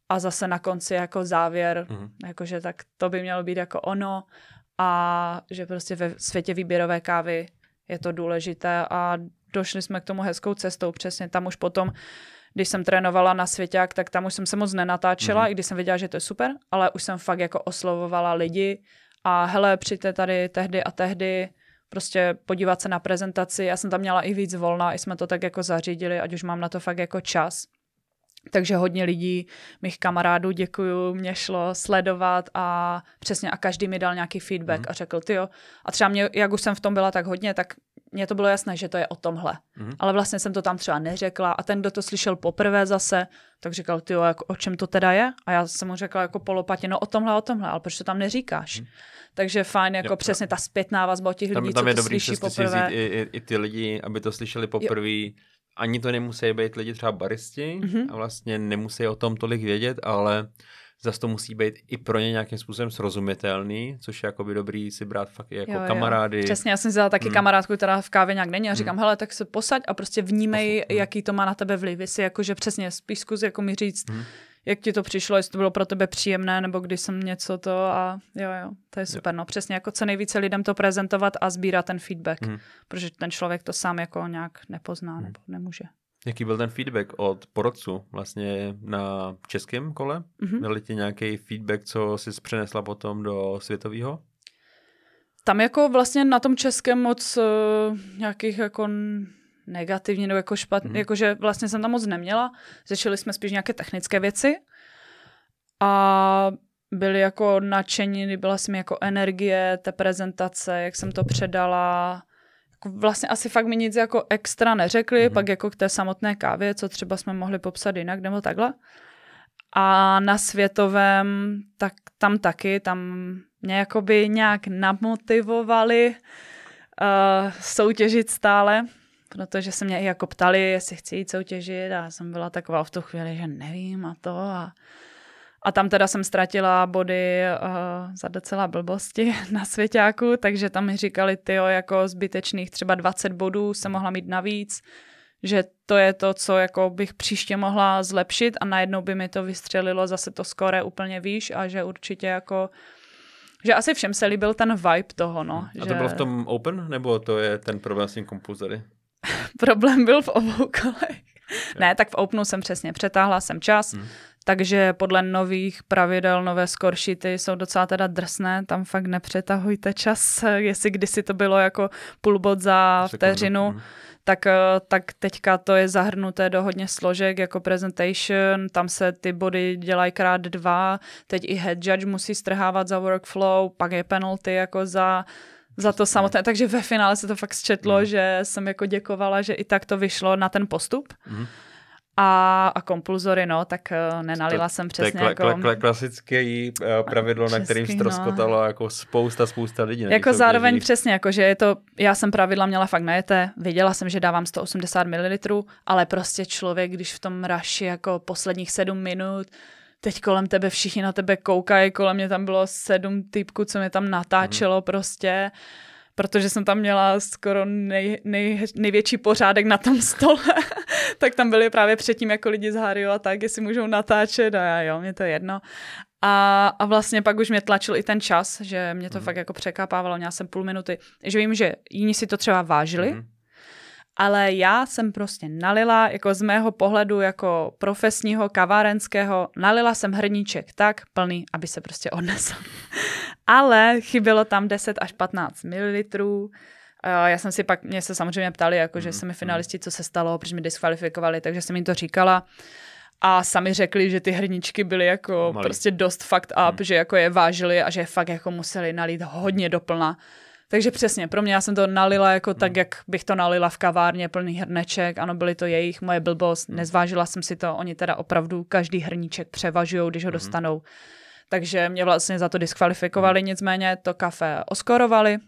a zase na konci jako závěr, jakože tak to by mělo být jako ono a že prostě ve světě výběrové kávy je to důležité a došli jsme k tomu hezkou cestou. Přesně tam už potom, když jsem trénovala na Svěťák, tak tam už jsem se moc nenatáčela, i když jsem věděla, že to je super, ale už jsem fakt jako oslovovala lidi a hele, přijďte tady tehdy a tehdy, prostě podívat se na prezentaci. Já jsem tam měla i víc volna, i jsme to tak jako zařídili, ať už mám na to fakt jako čas. Takže hodně lidí, mých kamarádů, děkuju, mě šlo sledovat a přesně a každý mi dal nějaký feedback a řekl, tyjo. A třeba mě, jak už jsem v tom byla tak hodně, tak mně to bylo jasné, že to je o tomhle. Ale vlastně jsem to tam třeba neřekla a ten, kdo to slyšel poprvé zase, tak říkal, tyjo, jako, o čem to teda je? A já jsem mu řekla jako polopatě, no o tomhle, ale proč to tam neříkáš? Takže fajn, jako přesně ta zpětná vazba od těch lidí, tam co je to dobrý slyší poprvé. i ty lidi, aby to slyšeli poprvé. Ani to nemusí být lidi třeba baristi a vlastně nemusí o tom tolik vědět, ale zase to musí být i pro ně nějakým způsobem srozumitelný, což je jakoby dobrý si brát fakt i jako kamarády. Přesně, já jsem si dala taky kamarádku, která v kávě nějak není a říkám, hele, tak se posaď a prostě vnímej, jaký to má na tebe vliv. Jestli jakože přesně spíš zkus jako mi říct, jak ti to přišlo, jestli to bylo pro tebe příjemné, nebo když jsem něco to a jo, to je super. No přesně jako co nejvíce lidem to prezentovat a sbírat ten feedback, protože ten člověk to sám jako nějak nepozná nebo nemůže. Jaký byl ten feedback od porodců vlastně na českém kole? Měli ti nějaký feedback, co jsi přenesla potom do světového? Tam jako vlastně na tom českém moc nějakých jako negativní nebo jako špatný, jakože vlastně jsem tam moc neměla. Řešili jsme spíš nějaké technické věci a byli jako nadšení, byla jsem jako energie té prezentace, jak jsem to předala. Jako vlastně asi fakt mi nic jako extra neřekli, pak jako k té samotné kávě, co třeba jsme mohli popsat jinak nebo takhle. A na světovém, tak tam taky, tam mě jakoby nějak namotivovali soutěžit stále, protože se mě i jako ptali, jestli chci jít soutěžit a já jsem byla taková v tu chvíli, že nevím a to a tam teda jsem ztratila body za docela blbosti na Svěťáku, takže tam mi říkali, tyjo, jako zbytečných třeba 20 bodů jsem mohla mít navíc, že to je to, co jako bych příště mohla zlepšit a najednou by mi to vystřelilo zase to skóre úplně výš a že určitě jako, že asi všem se líbil ten vibe toho, no. A to bylo v tom Open, nebo to je ten problém s tím kompulzory? Problém byl v obou kolech. Ne, tak v Openu jsem přesně přetáhla jsem čas, takže podle nových pravidel, nové score sheety jsou docela teda drsné, tam fakt nepřetahujte čas, jestli kdysi to bylo jako půl bod za vteřinu, tak teďka to je zahrnuté do hodně složek, jako presentation, tam se ty body dělají krát 2, teď i head judge musí strhávat za workflow, pak je penalty jako za to samotné, takže ve finále se to fakt sčetlo, že jsem jako děkovala, že i tak to vyšlo na ten postup. A kompulzory, no, tak nenalila jsem přesně jako... klasické pravidlo, na kterým ztroskotalo jako spousta lidí. Jako zároveň přesně, jako že je to, já jsem pravidla měla fakt najeté, věděla jsem, že dávám 180 ml, ale prostě člověk, když v tom raši jako posledních 7 minut, teď kolem tebe všichni na tebe koukají, kolem mě tam bylo 7 typků, co mě tam natáčelo prostě, protože jsem tam měla skoro největší pořádek na tom stole, tak tam byli právě předtím jako lidi z Hario a tak, jestli můžou natáčet a jo, mě to je jedno. A vlastně pak už mě tlačil i ten čas, že mě to fakt jako překápávalo, měla jsem půl minuty, že vím, že jiní si to třeba vážili, ale já jsem prostě nalila, jako z mého pohledu jako profesního, kavárenského, nalila jsem hrníček tak plný, aby se prostě odnesl. Ale chybělo tam 10 až 15 ml. Já jsem si pak, mě se samozřejmě ptali, jako, že jsme finalisti, co se stalo, proč mi diskvalifikovali, takže jsem jim to říkala. A sami řekli, že ty hrníčky byly jako prostě dost fucked up, že jako je vážili a že fakt jako museli nalít hodně doplna. Takže přesně, pro mě já jsem to nalila jako tak, jak bych to nalila v kavárně, plný hrneček, ano, byly to jejich, moje blbost, nezvážila jsem si to, oni teda opravdu každý hrníček převažujou, když ho dostanou. Takže mě vlastně za to diskvalifikovali, nicméně to kafe oskorovali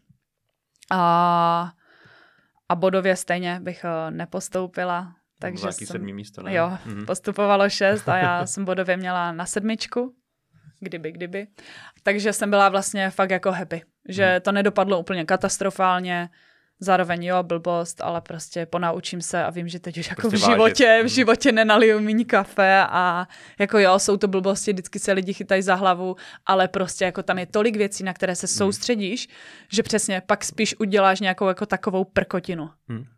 a bodově stejně bych nepostoupila. Takže jsem, 7. místo, ne? Jo, postupovalo 6 a já jsem bodově měla na 7. Kdyby. Takže jsem byla vlastně fakt jako happy, že to nedopadlo úplně katastrofálně. zároveň jo, blbost, ale prostě ponaučím se a vím, že teď už jako prostě v životě nenaliju míň kafe a jako jo, jsou to blbosti, vždycky se lidi chytají za hlavu, ale prostě jako tam je tolik věcí, na které se soustředíš, že přesně pak spíš uděláš nějakou jako takovou prkotinu.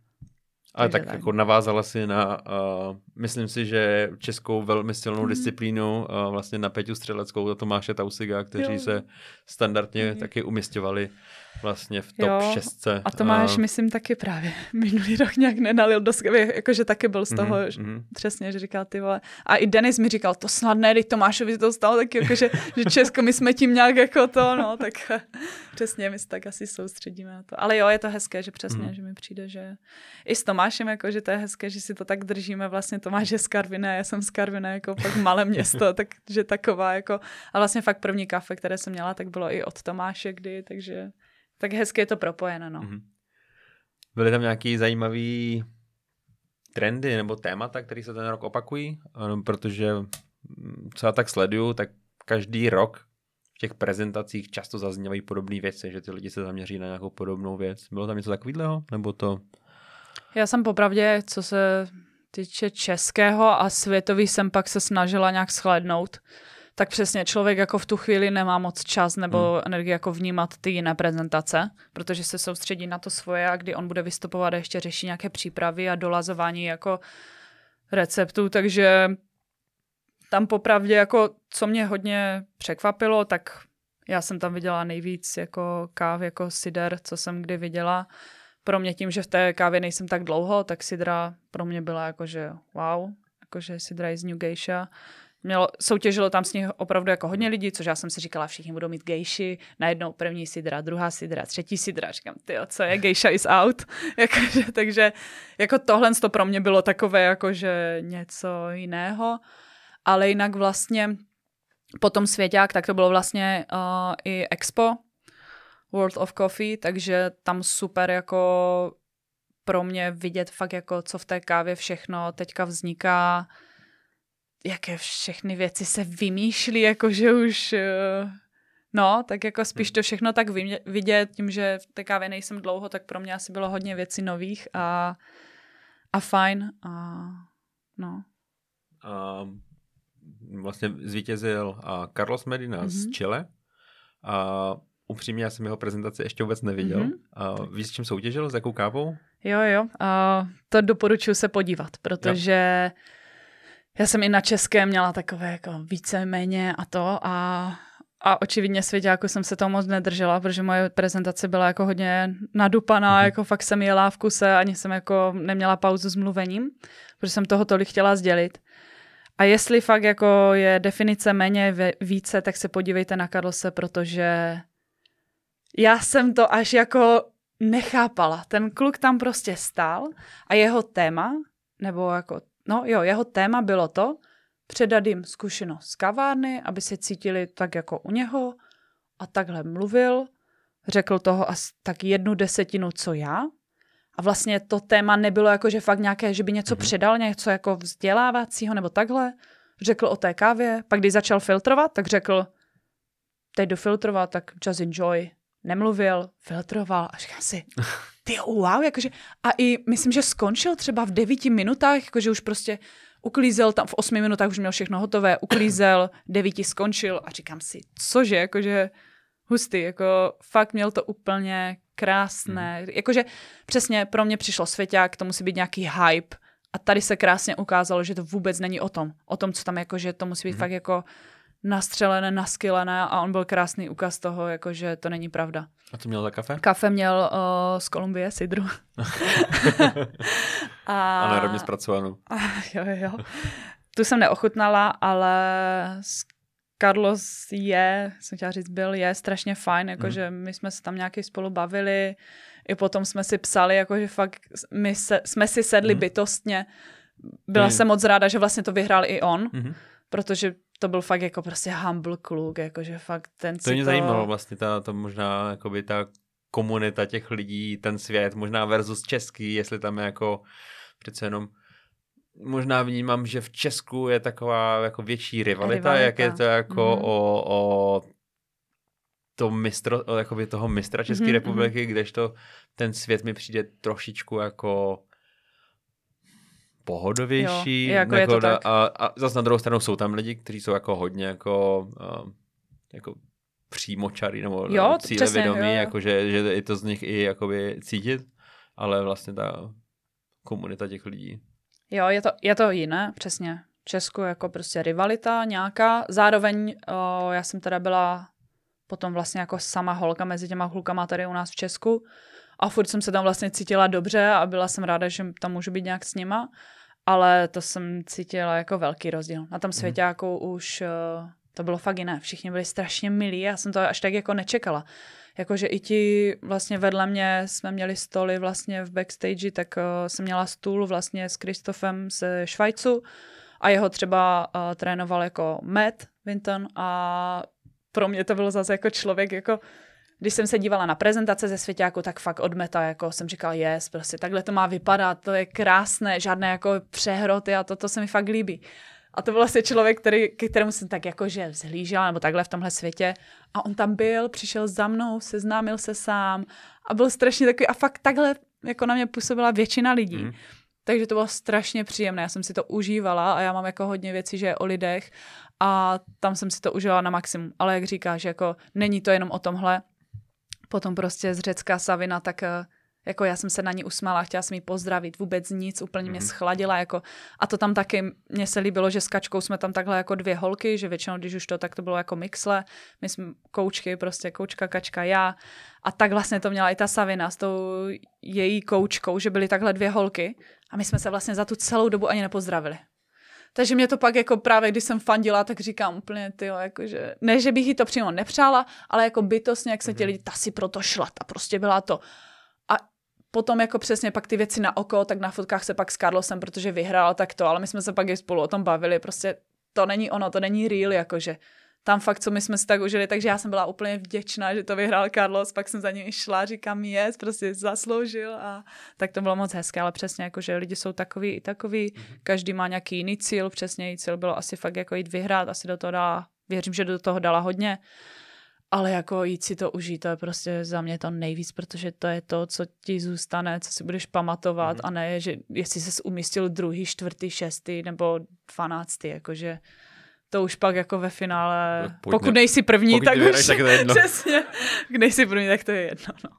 Ale tak jako navázala si na, myslím si, že českou velmi silnou disciplínu, vlastně na Peťu Střeleckou a Tomáše Tausiga, kteří se standardně taky umisťovali vlastně v top 6. A Tomáš, myslím, taky právě minulý rok nějak nenalil do skvěle, jakože taky byl z toho přesně, že říkal ty vole. A i Denis mi říkal, to snad ne, teď Tomášovi to stalo taky, jakože, že Česko, my jsme tím nějak jako to, no, tak přesně, my se tak asi soustředíme na to. Ale jo, je to hezké, že přesně, že mi přijde, že i s Tomášem, jako, že to je hezké, že si to tak držíme, vlastně Tomáš je z Karviné, já jsem z Karviné, jako pak malé město, takže taková, jako, a vlastně fakt první kafe, které jsem měla, tak bylo i od Tomáše kdy, takže tak hezky je to propojeno, no. Byly tam nějaký zajímavý trendy nebo témata, které se ten rok opakují? Protože co já tak sleduju, tak každý rok v těch prezentacích často zaznívají podobné věci, že ty lidi se zaměří na nějakou podobnou věc. Bylo tam něco takového? Nebo to... Já jsem popravdě, co se týče českého a světový, jsem pak se snažila nějak shlédnout. Tak přesně člověk jako v tu chvíli nemá moc čas nebo energii jako vnímat ty jiné prezentace, protože se soustředí na to svoje a kdy on bude vystupovat a ještě řeší nějaké přípravy a dolazování jako receptů, takže tam popravdě jako, co mě hodně překvapilo, tak já jsem tam viděla nejvíc jako káv, jako sidr, co jsem kdy viděla. Pro mě tím, že v té kávě nejsem tak dlouho, tak sidra pro mě byla jakože wow, jakože sidra je z New Geisha. Soutěžilo tam s nich opravdu jako hodně lidí, což já jsem si říkala, všichni budou mít gejši, najednou první sidra, druhá sidra, třetí sidra, říkám, tyjo, co je, geisha is out, jakože, takže jako tohle to pro mě bylo takové jakože něco jiného, ale jinak vlastně po tom svěťák, tak to bylo vlastně i Expo, World of Coffee, takže tam super jako pro mě vidět fakt jako, co v té kávě všechno teďka vzniká, jaké všechny věci se vymýšlí, jakože už, no, tak jako spíš to všechno tak vidět, tím, že v té kávě nejsem dlouho, tak pro mě asi bylo hodně věcí nových a fajn. No. Vlastně zvítězil Carlos Medina z Chile a upřímně já jsem jeho prezentaci ještě vůbec neviděl. Víš, s čím soutěžil, s jakou kávou? Jo. To doporučuji se podívat, protože já jsem i na českém měla takové jako víceméně a to a očividně svěťáku jsem se toho moc nedržela, protože moje prezentace byla jako hodně nadupaná, jako fakt jsem jela v kuse, ani jsem jako neměla pauzu s mluvením, protože jsem toho tolik chtěla sdělit. A jestli fakt jako je definice méně více, tak se podívejte na Carlose, protože já jsem to až jako nechápala. Ten kluk tam prostě stál a jeho téma, nebo jako jeho téma bylo to, předat jim zkušenost z kavárny, aby se cítili tak jako u něho a takhle mluvil, řekl toho asi tak 1/10, co já. A vlastně to téma nebylo jako, že fakt nějaké, že by něco předal, něco jako vzdělávacího nebo takhle. Řekl o té kávě, pak když začal filtrovat, tak řekl, teď jdu filtrovat, tak just enjoy. Nemluvil, filtroval a říkám si, ty wow, jakože, a i myslím, že skončil třeba v 9 minutách, jakože už prostě uklízel tam, v 8 minutách už měl všechno hotové, uklízel, 9 skončil a říkám si, cože, jakože hustý, jako fakt měl to úplně krásné, jakože přesně pro mě přišlo svěťák, to musí být nějaký hype a tady se krásně ukázalo, že to vůbec není o tom, co tam jakože to musí být fakt jako nastřelené, naskylené a on byl krásný úkaz toho, jakože to není pravda. A co měl za kafe? Kafe měl z Kolumbie, sidru. A národně zpracovanou. Jo. Tu jsem neochutnala, ale Carlos jsem chtěla říct, je strašně fajn, jakože my jsme se tam nějaký spolu bavili, i potom jsme si psali, jakože fakt jsme si sedli bytostně. Byla jsem moc ráda, že vlastně to vyhrál i on, protože to byl fakt jako prostě humble kluk, jakože fakt ten to mě zajímalo vlastně, to možná jakoby ta komunita těch lidí, ten svět, možná versus český, jestli tam je jako přece jenom možná vnímám, že v Česku je taková jako větší rivalita. Jak je to jako o jakoby toho mistra České republiky, kdežto ten svět mi přijde trošičku jako pohodovější. Jo, jako je to tak. A zase na druhou stranu jsou tam lidi, kteří jsou jako hodně jako přímočarý nebo cílevědomí, jakože že je to z nich i jakoby cítit, ale vlastně ta komunita těch lidí. Jo, je to jiné, přesně. V Česku jako prostě rivalita nějaká. Zároveň já jsem teda byla potom vlastně jako sama holka mezi těma klukama tady u nás v Česku a furt jsem se tam vlastně cítila dobře a byla jsem ráda, že tam můžu být nějak s nima, ale to jsem cítila jako velký rozdíl. Na tom svěťáku už to bylo fakt jiné. Všichni byli strašně milí, já jsem to až tak jako nečekala. Jakože i ti vlastně vedle mě jsme měli stoly vlastně v backstage, tak jsem měla stůl vlastně s Kristofem ze Švajcu a jeho třeba trénoval jako Matt Winton a pro mě to bylo zase jako člověk, jako když jsem se dívala na prezentace ze svěťáku, tak fakt od Meta, jako jsem říkala, prostě takhle to má vypadat, to je krásné, žádné jako přehroty a to se mi fakt líbí. A to byl vlastně člověk, ke kterému jsem tak jakože vzhlížela, nebo takhle v tomhle světě. A on tam byl, přišel za mnou, seznámil se sám a byl strašně takový, a fakt takhle jako na mě působila většina lidí. Takže to bylo strašně příjemné, já jsem si to užívala a já mám jako hodně věcí, že je o lidech a tam jsem si to užila na maximum. Ale jak říkáš, jako není to jenom o tomhle. Potom prostě z Řecka Savina, tak jako já jsem se na ní usmála, chtěla jsem jí pozdravit, vůbec nic, úplně mě schladila, jako a to tam taky, mně se líbilo, že s Kačkou jsme tam takhle jako dvě holky, že většinou, když už to, tak to bylo jako mixle, my jsme koučky, prostě koučka, Kačka, já a tak vlastně to měla i ta Savina s tou její koučkou, že byly takhle dvě holky a my jsme se vlastně za tu celou dobu ani nepozdravili. Takže mě to pak jako právě, když jsem fandila, tak říkám úplně, tyjo, jakože, ne, že bych jí to přímo nepřála, ale jako bytostně, jak se ti lidi, ta si proto šla, ta prostě byla to. A potom jako přesně pak ty věci na oko, tak na fotkách se pak s Carlosem, protože vyhrál, tak to, ale my jsme se pak i spolu o tom bavili, prostě to není ono, to není real, jakože tam fakt, co my jsme si tak užili, takže já jsem byla úplně vděčná, že to vyhrál Carlos, pak jsem za ním šla, říkám, prostě zasloužil a tak to bylo moc hezké, ale přesně jakože lidi jsou takový i takový, každý má nějaký jiný cíl, přesně její cíl bylo asi fakt jako jít vyhrát, asi do toho dala, věřím, že do toho dala hodně, ale jako jít si to užít, to je prostě za mě to nejvíc, protože to je to, co ti zůstane, co si budeš pamatovat a ne, že jestli ses umístil 2., 4., 6. nebo 12. jakože to už pak jako ve finále, pokud nejsi první, tak už tak to je jedno. Přesně, když nejsi první, tak to je jedno. No.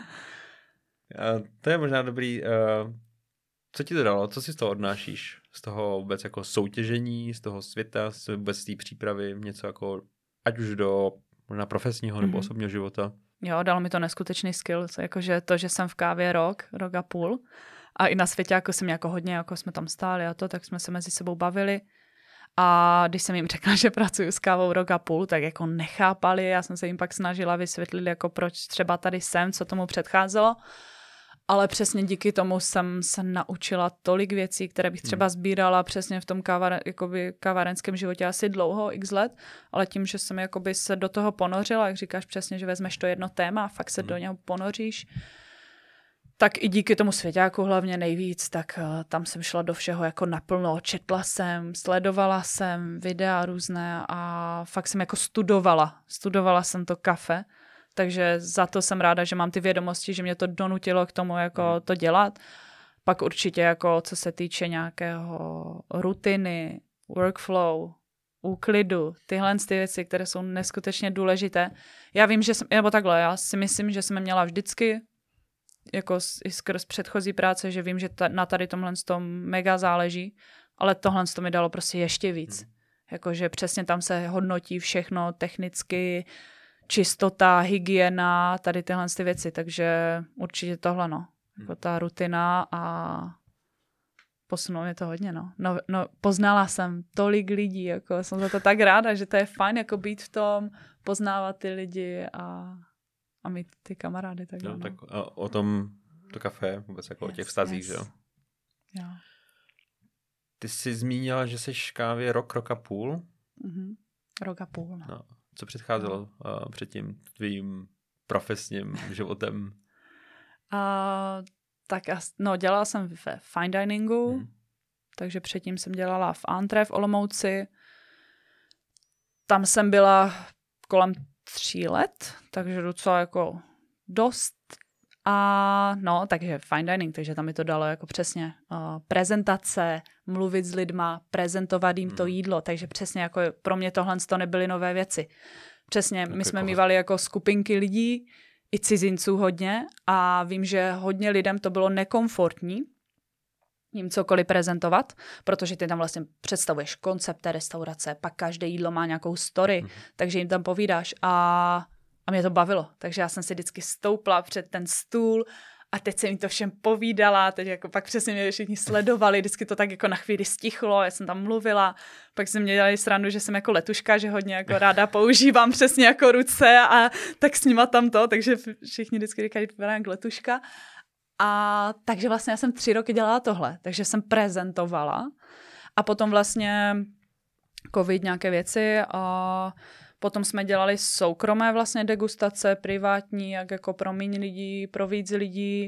To je možná dobrý. Co ti to dalo? Co si z toho odnášíš? Z toho vůbec jako soutěžení, z toho světa, vůbec z té přípravy, něco jako, ať už do možná profesního nebo osobního života? Jo, dalo mi to neskutečný skill, jakože to, že jsem v kávě rok a půl a i na světě jako jsem jako hodně, jako jsme tam stáli a to, tak jsme se mezi sebou bavili. A když jsem jim řekla, že pracuji s kávou rok a půl, tak jako nechápali. Já jsem se jim pak snažila vysvětlit, jako proč třeba tady jsem, co tomu předcházelo. Ale přesně díky tomu jsem se naučila tolik věcí, které bych třeba sbírala přesně v tom kavárenském životě asi dlouho, x let, ale tím, že jsem jakoby se do toho ponořila, jak říkáš přesně, že vezmeš to jedno téma a fakt se do něho ponoříš, tak i díky tomu svěťáku hlavně nejvíc, tak tam jsem šla do všeho jako naplno, četla jsem, sledovala jsem videa různé a fakt jsem jako studovala jsem to kafe, takže za to jsem ráda, že mám ty vědomosti, že mě to donutilo k tomu jako to dělat. Pak určitě jako co se týče nějakého rutiny, workflow, úklidu, tyhle ty věci, které jsou neskutečně důležité. Já vím, že já si myslím, že jsem měla vždycky, jako i skrz předchozí práce, že vím, že na tady tomhle tom mega záleží, ale tohle to mi dalo prostě ještě víc. Jakože přesně tam se hodnotí všechno technicky, čistota, hygiena, tady tyhle ty věci, takže určitě tohle, no. Jako ta rutina a posunulo mě to hodně, no. No. Poznala jsem tolik lidí, jako jsem za to tak ráda, že to je fajn, jako být v tom, poznávat ty lidi a mít ty kamarády. Tak, tak o tom to kafe, vůbec jako o těch vztazích, že jo? Jo. Ty jsi zmínila, že jsi kávě rok a půl? Rok a půl, no. Co předcházelo před tím tvým profesním životem? Dělala jsem ve fine diningu, takže předtím jsem dělala v Antre v Olomouci. Tam jsem byla kolem 3 let, takže docela jako dost. A no, takže fine dining, takže tam mi to dalo jako přesně prezentace, mluvit s lidma, prezentovat jim to jídlo, takže přesně jako pro mě tohle to nebyly nové věci. Přesně, my jsme mívali jako skupinky lidí, i cizinců hodně a vím, že hodně lidem to bylo nekomfortní jim cokoliv prezentovat, protože ty tam vlastně představuješ koncept té restaurace, pak každé jídlo má nějakou story, takže jim tam povídáš a mě to bavilo. Takže já jsem si vždycky stoupla před ten stůl a teď jsem jim to všem povídala, teď jako pak přesně mě všichni sledovali, vždycky to tak jako na chvíli stichlo, já jsem tam mluvila, pak jsem mě dělali srandu, že jsem jako letuška, že hodně jako ráda používám přesně jako ruce a tak s nima tam to, takže všichni vždycky říkají, jak letuška. A takže vlastně já jsem 3 roky dělala tohle, takže jsem prezentovala a potom vlastně covid nějaké věci a potom jsme dělali soukromé vlastně degustace, privátní, jak jako pro méně lidí, pro víc lidí.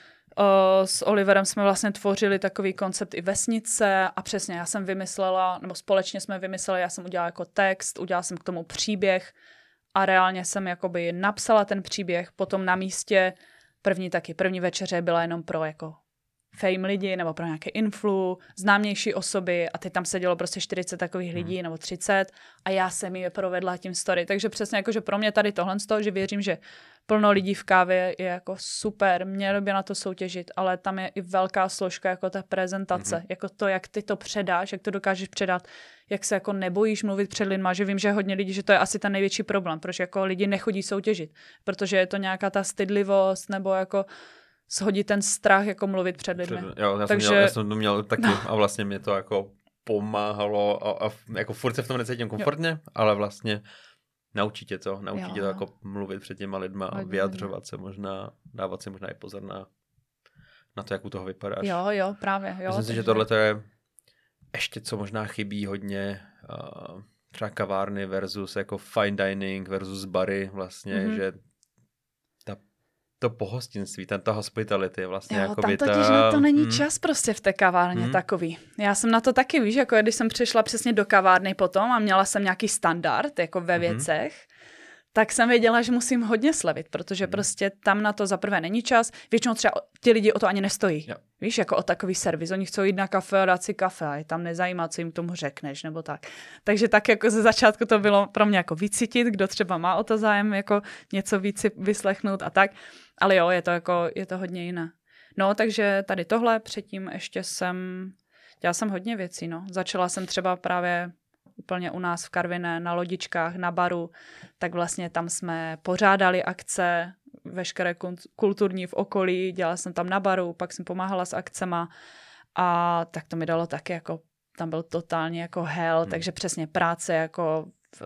S Oliverem jsme vlastně tvořili takový koncept i vesnice a přesně já jsem vymyslela, nebo společně jsme vymysleli, já jsem udělala jako text, udělala jsem k tomu příběh a reálně jsem jakoby napsala ten příběh, potom na místě první večeře byla jenom pro jako fame lidi nebo pro nějaké influ, známější osoby a teď tam sedělo prostě 40 takových lidí nebo 30 a já jsem je provedla tím story. Takže přesně jako, že pro mě tady tohle z toho, že věřím, že plno lidí v kávě je jako super, mělo by na to soutěžit, ale tam je i velká složka jako ta prezentace, jako to, jak ty to předáš, jak to dokážeš předat, jak se jako nebojíš mluvit před lidma, že vím, že hodně lidí, že to je asi ten největší problém, protože jako lidi nechodí soutěžit, protože je to nějaká ta stydlivost nebo jako shodit ten strach, jako mluvit před lidmi. Já jsem to měl taky a vlastně mě to jako pomáhalo a jako furt se v tom necítím komfortně, ale vlastně naučí tě to jako mluvit před těma lidma a vyjadřovat se možná, dávat si možná i pozor na to, jak u toho vypadáš. Jo, právě. Myslím si, že tohle je ještě, co možná chybí hodně, třeba kavárny versus jako fine dining versus bary vlastně, že to pohostinství, ta hospitality vlastně. Jo, tam totiž na to není čas prostě v té kavárně takový. Já jsem na to taky, víš, jako když jsem přišla přesně do kavárny potom a měla jsem nějaký standard jako ve věcech, tak jsem věděla, že musím hodně slevit, protože prostě tam na to za prvé není čas. Většinou třeba ti lidi o to ani nestojí. Jo. Víš, jako o takový servis. Oni chcou jít na kafe a dát si kafe a je tam nezajímá, co jim tomu řekneš, nebo tak. Takže tak jako ze začátku to bylo pro mě jako vycítit, kdo třeba má o to zájem, jako něco víc vyslechnout a tak. Ale jo, je to hodně jiné. No, takže tady tohle, předtím ještě dělala jsem hodně věcí, no. Začala jsem třeba právě úplně u nás v Karviné na lodičkách, na baru, tak vlastně tam jsme pořádali akce, veškeré kulturní v okolí, dělala jsem tam na baru, pak jsem pomáhala s akcema a tak to mi dalo taky, jako tam byl totálně jako hell, takže přesně práce jako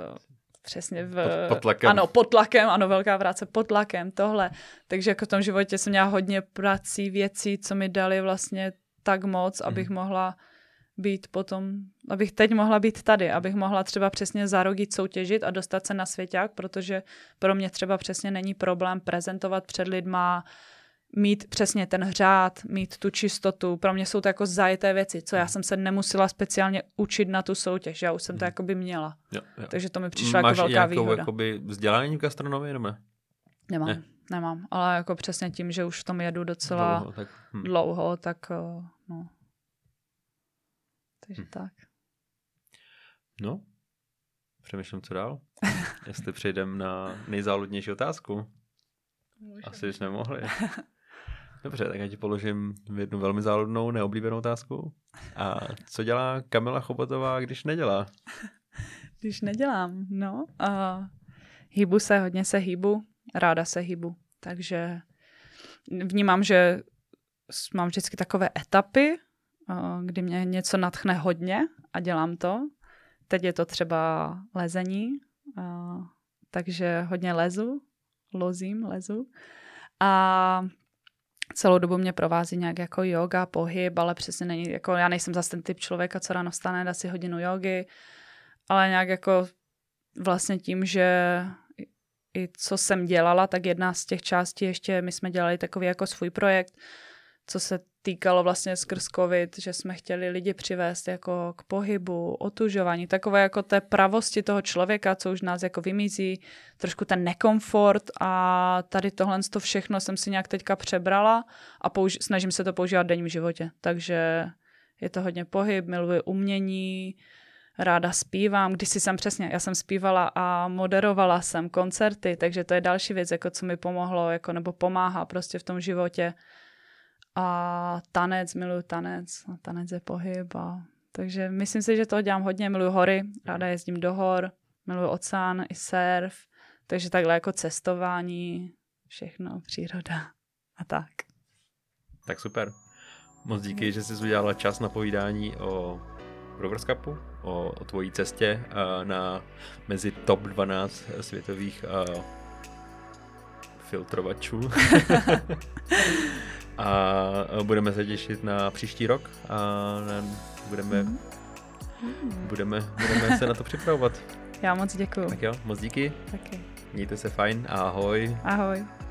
pod tlakem. Ano, pod tlakem, ano, velká práce pod tlakem, tohle. Takže jako v tom životě jsem měla hodně prací, věcí, co mi dali vlastně tak moc, abych mohla být potom, abych teď mohla být tady, abych mohla třeba přesně za rok jít soutěžit a dostat se na svěťák, protože pro mě třeba přesně není problém prezentovat před lidma, mít přesně ten řád, mít tu čistotu. Pro mě jsou to jako zajeté věci, co já jsem se nemusela speciálně učit na tu soutěž, já už jsem to jakoby měla. Jo. Takže to mi přišla jako velká výhoda. Máš jakoby vzdělání v gastronomii, nebo ne? Nemám, ale jako přesně tím, že už v tom jedu docela dlouho, tak no. Takže tak. No, přemýšlím, co dál. Jestli přejdeme na nejzáludnější otázku. Asi už nemohli. Dobře, tak já ti položím jednu velmi záludnou, neoblíbenou otázku. A co dělá Kamila Chobotová, když nedělá? Když nedělám, no. Hýbu se, hodně se hýbu, ráda se hýbu. Takže vnímám, že mám vždycky takové etapy, kdy mě něco nadchne hodně a dělám to. Teď je to třeba lezení, takže hodně lezu. A celou dobu mě provází nějak jako yoga, pohyb, ale přesně není, jako já nejsem zase ten typ člověka, co ráno vstane, dá si hodinu jogy, ale nějak jako vlastně tím, že i co jsem dělala, tak jedna z těch částí ještě, my jsme dělali takový jako svůj projekt, co se týkalo vlastně skrz covid, že jsme chtěli lidi přivést jako k pohybu, otužování, takové jako té pravosti toho člověka, co už nás jako vymizí, trošku ten nekomfort a tady tohle to všechno jsem si nějak teďka přebrala a snažím se to používat v denním životě. Takže je to hodně pohyb, miluji umění, ráda zpívám. Kdysi jsem já jsem zpívala a moderovala jsem koncerty, takže to je další věc, jako co mi pomohlo, jako, nebo pomáhá prostě v tom životě. A tanec, miluji tanec. A tanec je pohyb. Takže myslím si, že toho dělám hodně. Miluji hory, ráda jezdím do hor, miluji oceán i surf. Takže takhle jako cestování, všechno, příroda a tak. Tak super. Moc díky, že jsi udělala čas na povídání o Rovers Cupu, o tvojí cestě mezi top 12 světových filtrovačů. A budeme se těšit na příští rok a budeme se na to připravovat. Já moc děkuju. Tak jo, moc díky. Taky. Mějte se fajn, ahoj. Ahoj.